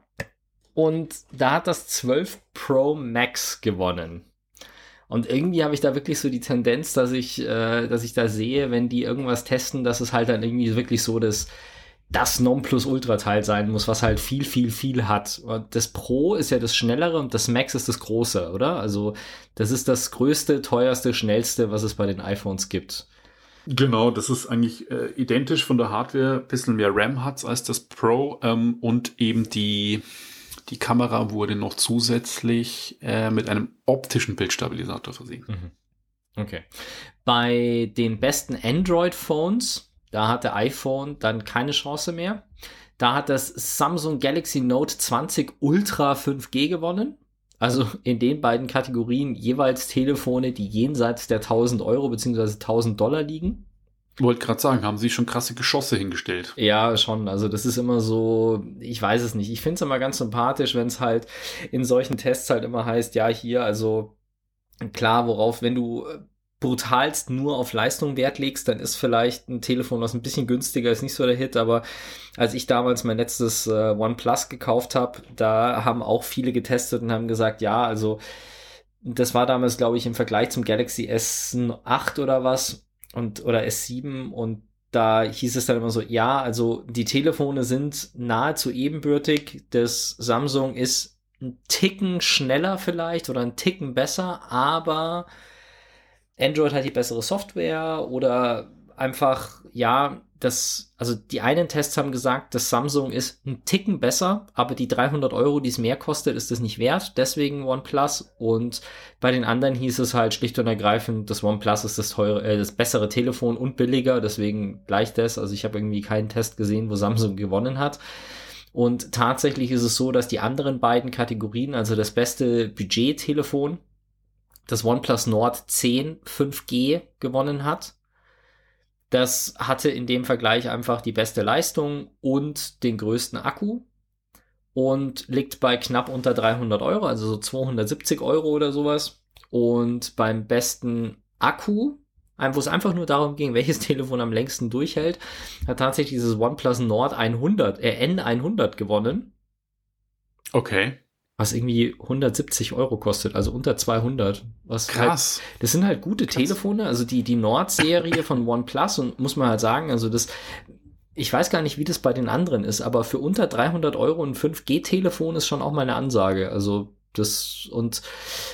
Und da hat das zwölf Pro Max gewonnen. Und irgendwie habe ich da wirklich so die Tendenz, dass ich, äh, dass ich da sehe, wenn die irgendwas testen, dass es halt dann irgendwie wirklich so das das Nonplusultra-Teil sein muss, was halt viel, viel, viel hat. Und das Pro ist ja das Schnellere und das Max ist das Große, oder? Also das ist das größte, teuerste, schnellste, was es bei den iPhones gibt. Genau, das ist eigentlich äh, identisch von der Hardware. Ein bisschen mehr RAM hat's als das Pro ähm, und eben die, die Kamera wurde noch zusätzlich äh, mit einem optischen Bildstabilisator versehen. Mhm. Okay. Bei den besten Android-Phones, da hat der iPhone dann keine Chance mehr. Da hat das Samsung Galaxy Note zwanzig Ultra fünf G gewonnen. Also in den beiden Kategorien jeweils Telefone, die jenseits der tausend Euro bzw. tausend Dollar liegen. Wollte gerade sagen, haben sie schon krasse Geschosse hingestellt. Ja, schon. Also das ist immer so, ich weiß es nicht. Ich finde es immer ganz sympathisch, wenn es halt in solchen Tests halt immer heißt, ja hier, also klar, worauf, wenn du brutalst nur auf Leistung Wert legst, dann ist vielleicht ein Telefon, was ein bisschen günstiger ist, nicht so der Hit, aber als ich damals mein letztes äh, OnePlus gekauft habe, da haben auch viele getestet und haben gesagt, ja, also das war damals, glaube ich, im Vergleich zum Galaxy S acht oder was und oder S sieben und da hieß es dann immer so, ja, also die Telefone sind nahezu ebenbürtig, das Samsung ist ein Ticken schneller vielleicht oder ein Ticken besser, aber Android hat die bessere Software oder einfach, ja, das, also die einen Tests haben gesagt, das Samsung ist ein Ticken besser, aber die dreihundert Euro, die es mehr kostet, ist es nicht wert, deswegen OnePlus und bei den anderen hieß es halt schlicht und ergreifend, das OnePlus ist das teure, äh, das bessere Telefon und billiger, deswegen gleich das, also ich habe irgendwie keinen Test gesehen, wo Samsung gewonnen hat. Und tatsächlich ist es so, dass die anderen beiden Kategorien, also das beste Budget-Telefon, das OnePlus Nord zehn fünf G gewonnen hat. Das hatte in dem Vergleich einfach die beste Leistung und den größten Akku und liegt bei knapp unter dreihundert Euro, also so zweihundertsiebzig Euro oder sowas. Und beim besten Akku, wo es einfach nur darum ging, welches Telefon am längsten durchhält, hat tatsächlich dieses OnePlus Nord hundert, äh, N hundert gewonnen. Okay. Was irgendwie hundertsiebzig Euro kostet, also unter zweihundert. Was Krass. Halt, das sind halt gute Krass. Telefone, also die, die Nord-Serie von OnePlus und muss man halt sagen, also das, ich weiß gar nicht, wie das bei den anderen ist, aber für unter dreihundert Euro ein fünf G Telefon ist schon auch mal eine Ansage, also das und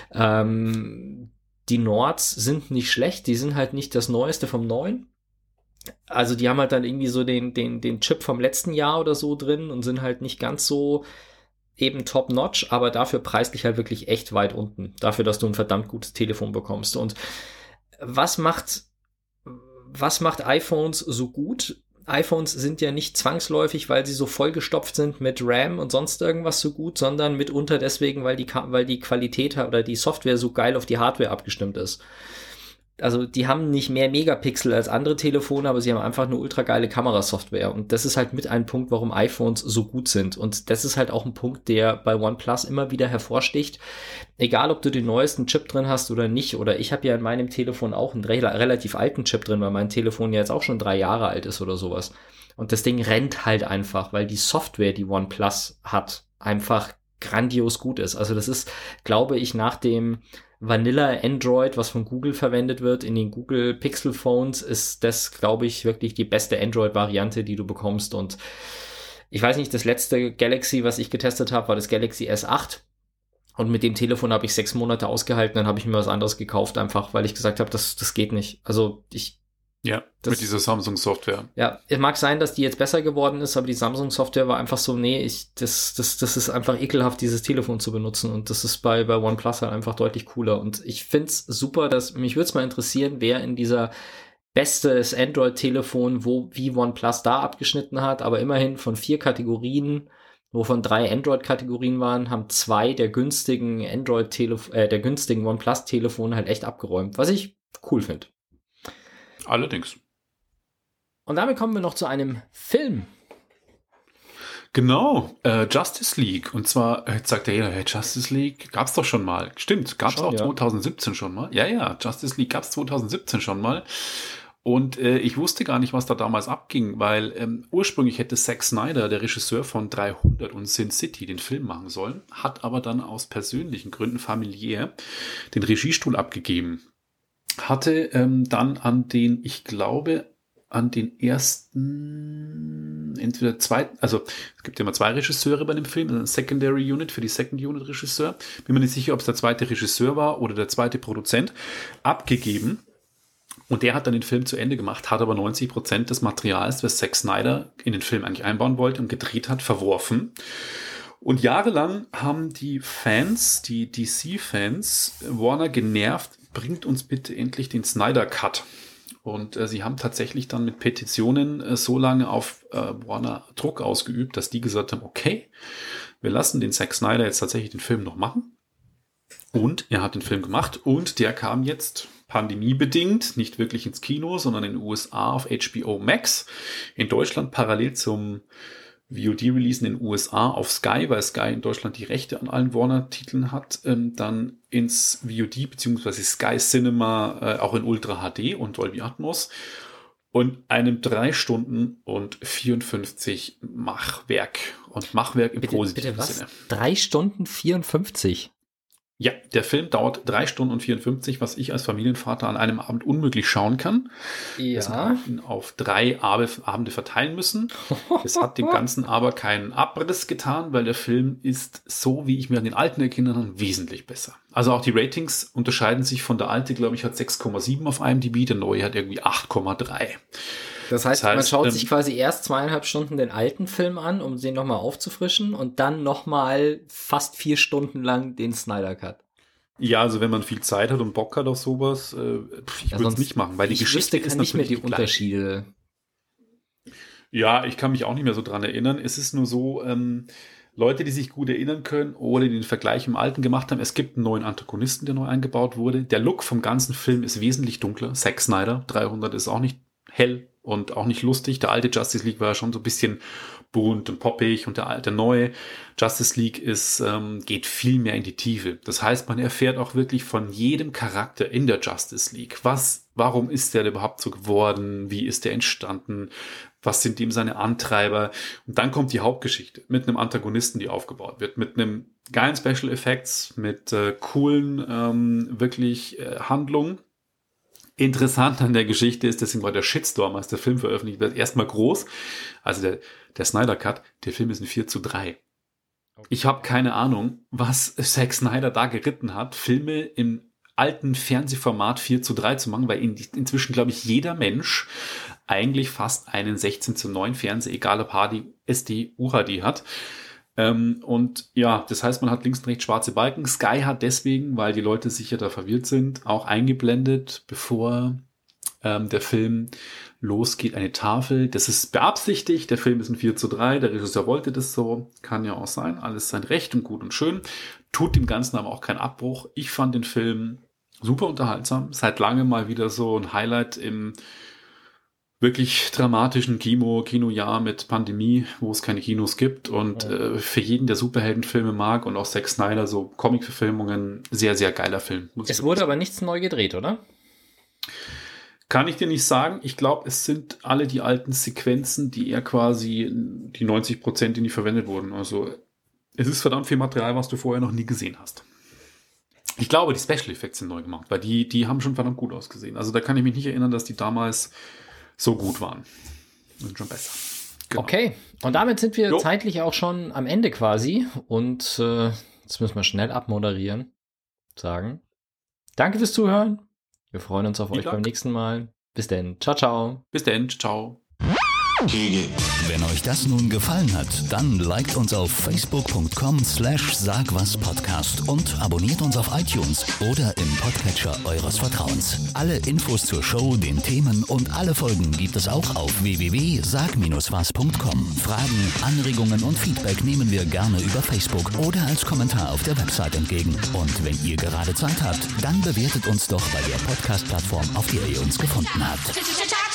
ähm, die Nords sind nicht schlecht, die sind halt nicht das Neueste vom Neuen. Also die haben halt dann irgendwie so den, den, den Chip vom letzten Jahr oder so drin und sind halt nicht ganz so eben top-notch, aber dafür preislich halt wirklich echt weit unten. Dafür, dass du ein verdammt gutes Telefon bekommst. Und was macht, was macht iPhones so gut? iPhones sind ja nicht zwangsläufig, weil sie so vollgestopft sind mit RAM und sonst irgendwas so gut, sondern mitunter deswegen, weil die, weil die Qualität oder die Software so geil auf die Hardware abgestimmt ist. Also die haben nicht mehr Megapixel als andere Telefone, aber sie haben einfach eine ultra geile Kamerasoftware und das ist halt mit ein Punkt, warum iPhones so gut sind und das ist halt auch ein Punkt, der bei OnePlus immer wieder hervorsticht. Egal, ob du den neuesten Chip drin hast oder nicht, oder ich habe ja in meinem Telefon auch einen re- relativ alten Chip drin, weil mein Telefon ja jetzt auch schon drei Jahre alt ist oder sowas und das Ding rennt halt einfach, weil die Software, die OnePlus hat, einfach grandios gut ist. Also das ist, glaube ich, nach dem Vanilla Android, was von Google verwendet wird, in den Google Pixel Phones, ist das, glaube ich, wirklich die beste Android-Variante, die du bekommst. Und ich weiß nicht, das letzte Galaxy, was ich getestet habe, war das Galaxy S acht. Und mit dem Telefon habe ich sechs Monate ausgehalten, dann habe ich mir was anderes gekauft, einfach weil ich gesagt habe, das, das geht nicht. Also ich Ja, Das- mit dieser Samsung-Software. Ja, es mag sein, dass die jetzt besser geworden ist, aber die Samsung-Software war einfach so, nee, ich, das, das, das ist einfach ekelhaft, dieses Telefon zu benutzen. Und das ist bei, bei OnePlus halt einfach deutlich cooler. Und ich find's super, dass, mich würde es mal interessieren, wer in dieser bestes Android-Telefon, wo, wie OnePlus da abgeschnitten hat, aber immerhin von vier Kategorien, wovon drei Android-Kategorien waren, haben zwei der günstigen Android-Telefon, äh, der günstigen OnePlus-Telefone halt echt abgeräumt, was ich cool finde. Allerdings. Und damit kommen wir noch zu einem Film. Genau, äh, Justice League. Und zwar, äh, jetzt sagt ja jeder, hey, Justice League gab's doch schon mal. Stimmt, gab's Schon, auch ja. zwanzig siebzehn schon mal. Ja, ja, Justice League gab's zwanzig siebzehn schon mal. Und äh, ich wusste gar nicht, was da damals abging, weil ähm, ursprünglich hätte Zack Snyder, der Regisseur von dreihundert und Sin City, den Film machen sollen, hat aber dann aus persönlichen Gründen familiär den Regiestuhl abgegeben. Hatte ähm, dann an den, ich glaube, an den ersten, entweder zweiten, also es gibt ja immer zwei Regisseure bei dem Film, also ein Secondary Unit für die Second Unit Regisseur. Bin mir nicht sicher, ob es der zweite Regisseur war oder der zweite Produzent, abgegeben. Und der hat dann den Film zu Ende gemacht, hat aber neunzig Prozent des Materials, was Zack Snyder in den Film eigentlich einbauen wollte und gedreht hat, verworfen. Und jahrelang haben die Fans, die D C-Fans, Warner genervt, bringt uns bitte endlich den Snyder Cut. Und äh, sie haben tatsächlich dann mit Petitionen äh, so lange auf äh, Warner Druck ausgeübt, dass die gesagt haben, okay, wir lassen den Zack Snyder jetzt tatsächlich den Film noch machen. Und er hat den Film gemacht und der kam jetzt pandemiebedingt nicht wirklich ins Kino, sondern in den U S A auf H B O Max. In Deutschland parallel zum V O D-Release in den U S A auf Sky, weil Sky in Deutschland die Rechte an allen Warner-Titeln hat, ähm, dann ins V O D bzw. Sky Cinema äh, auch in Ultra H D und Dolby Atmos und einem drei Stunden und vierundfünfzig Machwerk. Und Machwerk im Bitte, positiven bitte was? Sinne. Drei Stunden vierundfünfzig. Ja, der Film dauert drei Stunden und vierundfünfzig, was ich als Familienvater an einem Abend unmöglich schauen kann. Wir Ja. ihn auf drei Abende verteilen müssen. Es hat dem Ganzen aber keinen Abriss getan, weil der Film ist so, wie ich mir an den alten erinnere, wesentlich besser. Also auch die Ratings unterscheiden sich von der alte, glaube ich, hat sechs Komma sieben auf IMDb, der neue hat irgendwie acht Komma drei. Das heißt, Das heißt, man schaut ähm, sich quasi erst zweieinhalb Stunden den alten Film an, um den nochmal aufzufrischen und dann nochmal fast vier Stunden lang den Snyder Cut. Ja, also wenn man viel Zeit hat und Bock hat auf sowas, äh, ich Ja, würde es sonst- nicht machen, weil die ich Geschichte wüsste ist nicht mehr natürlich die gleich. Unterschiede. Ja, ich kann mich auch nicht mehr so dran erinnern. Es ist nur so, ähm, Leute, die sich gut erinnern können oder die den Vergleich im Alten gemacht haben, es gibt einen neuen Antagonisten, der neu eingebaut wurde. Der Look vom ganzen Film ist wesentlich dunkler. Zack Snyder, dreihundert ist auch nicht hell und auch nicht lustig. Der alte Justice League war ja schon so ein bisschen bunt und poppig und der alte neue Justice League ist, ähm, geht viel mehr in die Tiefe. Das heißt, man erfährt auch wirklich von jedem Charakter in der Justice League. Was, warum ist der überhaupt so geworden? Wie ist der entstanden? Was sind ihm seine Antreiber? Und dann kommt die Hauptgeschichte mit einem Antagonisten, die aufgebaut wird, mit einem geilen Special Effects, mit äh, coolen, ähm, wirklich äh, Handlungen. Interessant an der Geschichte ist, deswegen war der Shitstorm, als der Film veröffentlicht wird, erstmal groß. Also der, der Snyder Cut, der Film ist ein vier zu drei. Ich habe keine Ahnung, was Zack Snyder da geritten hat, Filme im alten Fernsehformat vier zu drei zu machen, weil in, inzwischen, glaube ich, jeder Mensch eigentlich fast einen sechzehn zu neun Fernseher, egal ob H D, S D, U H D hat. Ähm, und ja, das heißt, man hat links und rechts schwarze Balken. Sky hat deswegen, weil die Leute sicher da verwirrt sind, auch eingeblendet, bevor ähm, der Film losgeht, eine Tafel. Das ist beabsichtigt, der Film ist ein vier zu drei, der Regisseur wollte das so, kann ja auch sein, alles sein Recht und gut und schön, tut dem Ganzen aber auch keinen Abbruch. Ich fand den Film super unterhaltsam, seit langem mal wieder so ein Highlight im wirklich dramatischen Kino, Kinojahr mit Pandemie, wo es keine Kinos gibt und Ja. äh, für jeden, der Superheldenfilme mag und auch Zack Snyder, so Comic-Verfilmungen, sehr, sehr geiler Film. muss ich Es wirklich wurde sagen. aber nichts neu gedreht, oder? Kann ich dir nicht sagen. Ich glaube, es sind alle die alten Sequenzen, die er quasi, die neunzig Prozent, die nie verwendet wurden. Also es ist verdammt viel Material, was du vorher noch nie gesehen hast. Ich glaube, die Special Effects sind neu gemacht, weil die, die haben schon verdammt gut ausgesehen. Also da kann ich mich nicht erinnern, dass die damals so gut waren. Sind schon besser. Genau. Okay, und damit sind wir Jo. zeitlich auch schon am Ende quasi. Und äh, jetzt müssen wir schnell abmoderieren. Sagen. Danke fürs Zuhören. Wir freuen uns auf Vielen euch beim Dank. nächsten Mal. Bis dann. Ciao, ciao. Bis dann. Ciao. Wenn euch das nun gefallen hat, dann liked uns auf facebook.com slash sagwaspodcast und abonniert uns auf iTunes oder im Podcatcher eures Vertrauens. Alle Infos zur Show, den Themen und alle Folgen gibt es auch auf w w w punkt sag was punkt com. Fragen, Anregungen und Feedback nehmen wir gerne über Facebook oder als Kommentar auf der Website entgegen. Und wenn ihr gerade Zeit habt, dann bewertet uns doch bei der Podcast-Plattform, auf der ihr uns gefunden habt.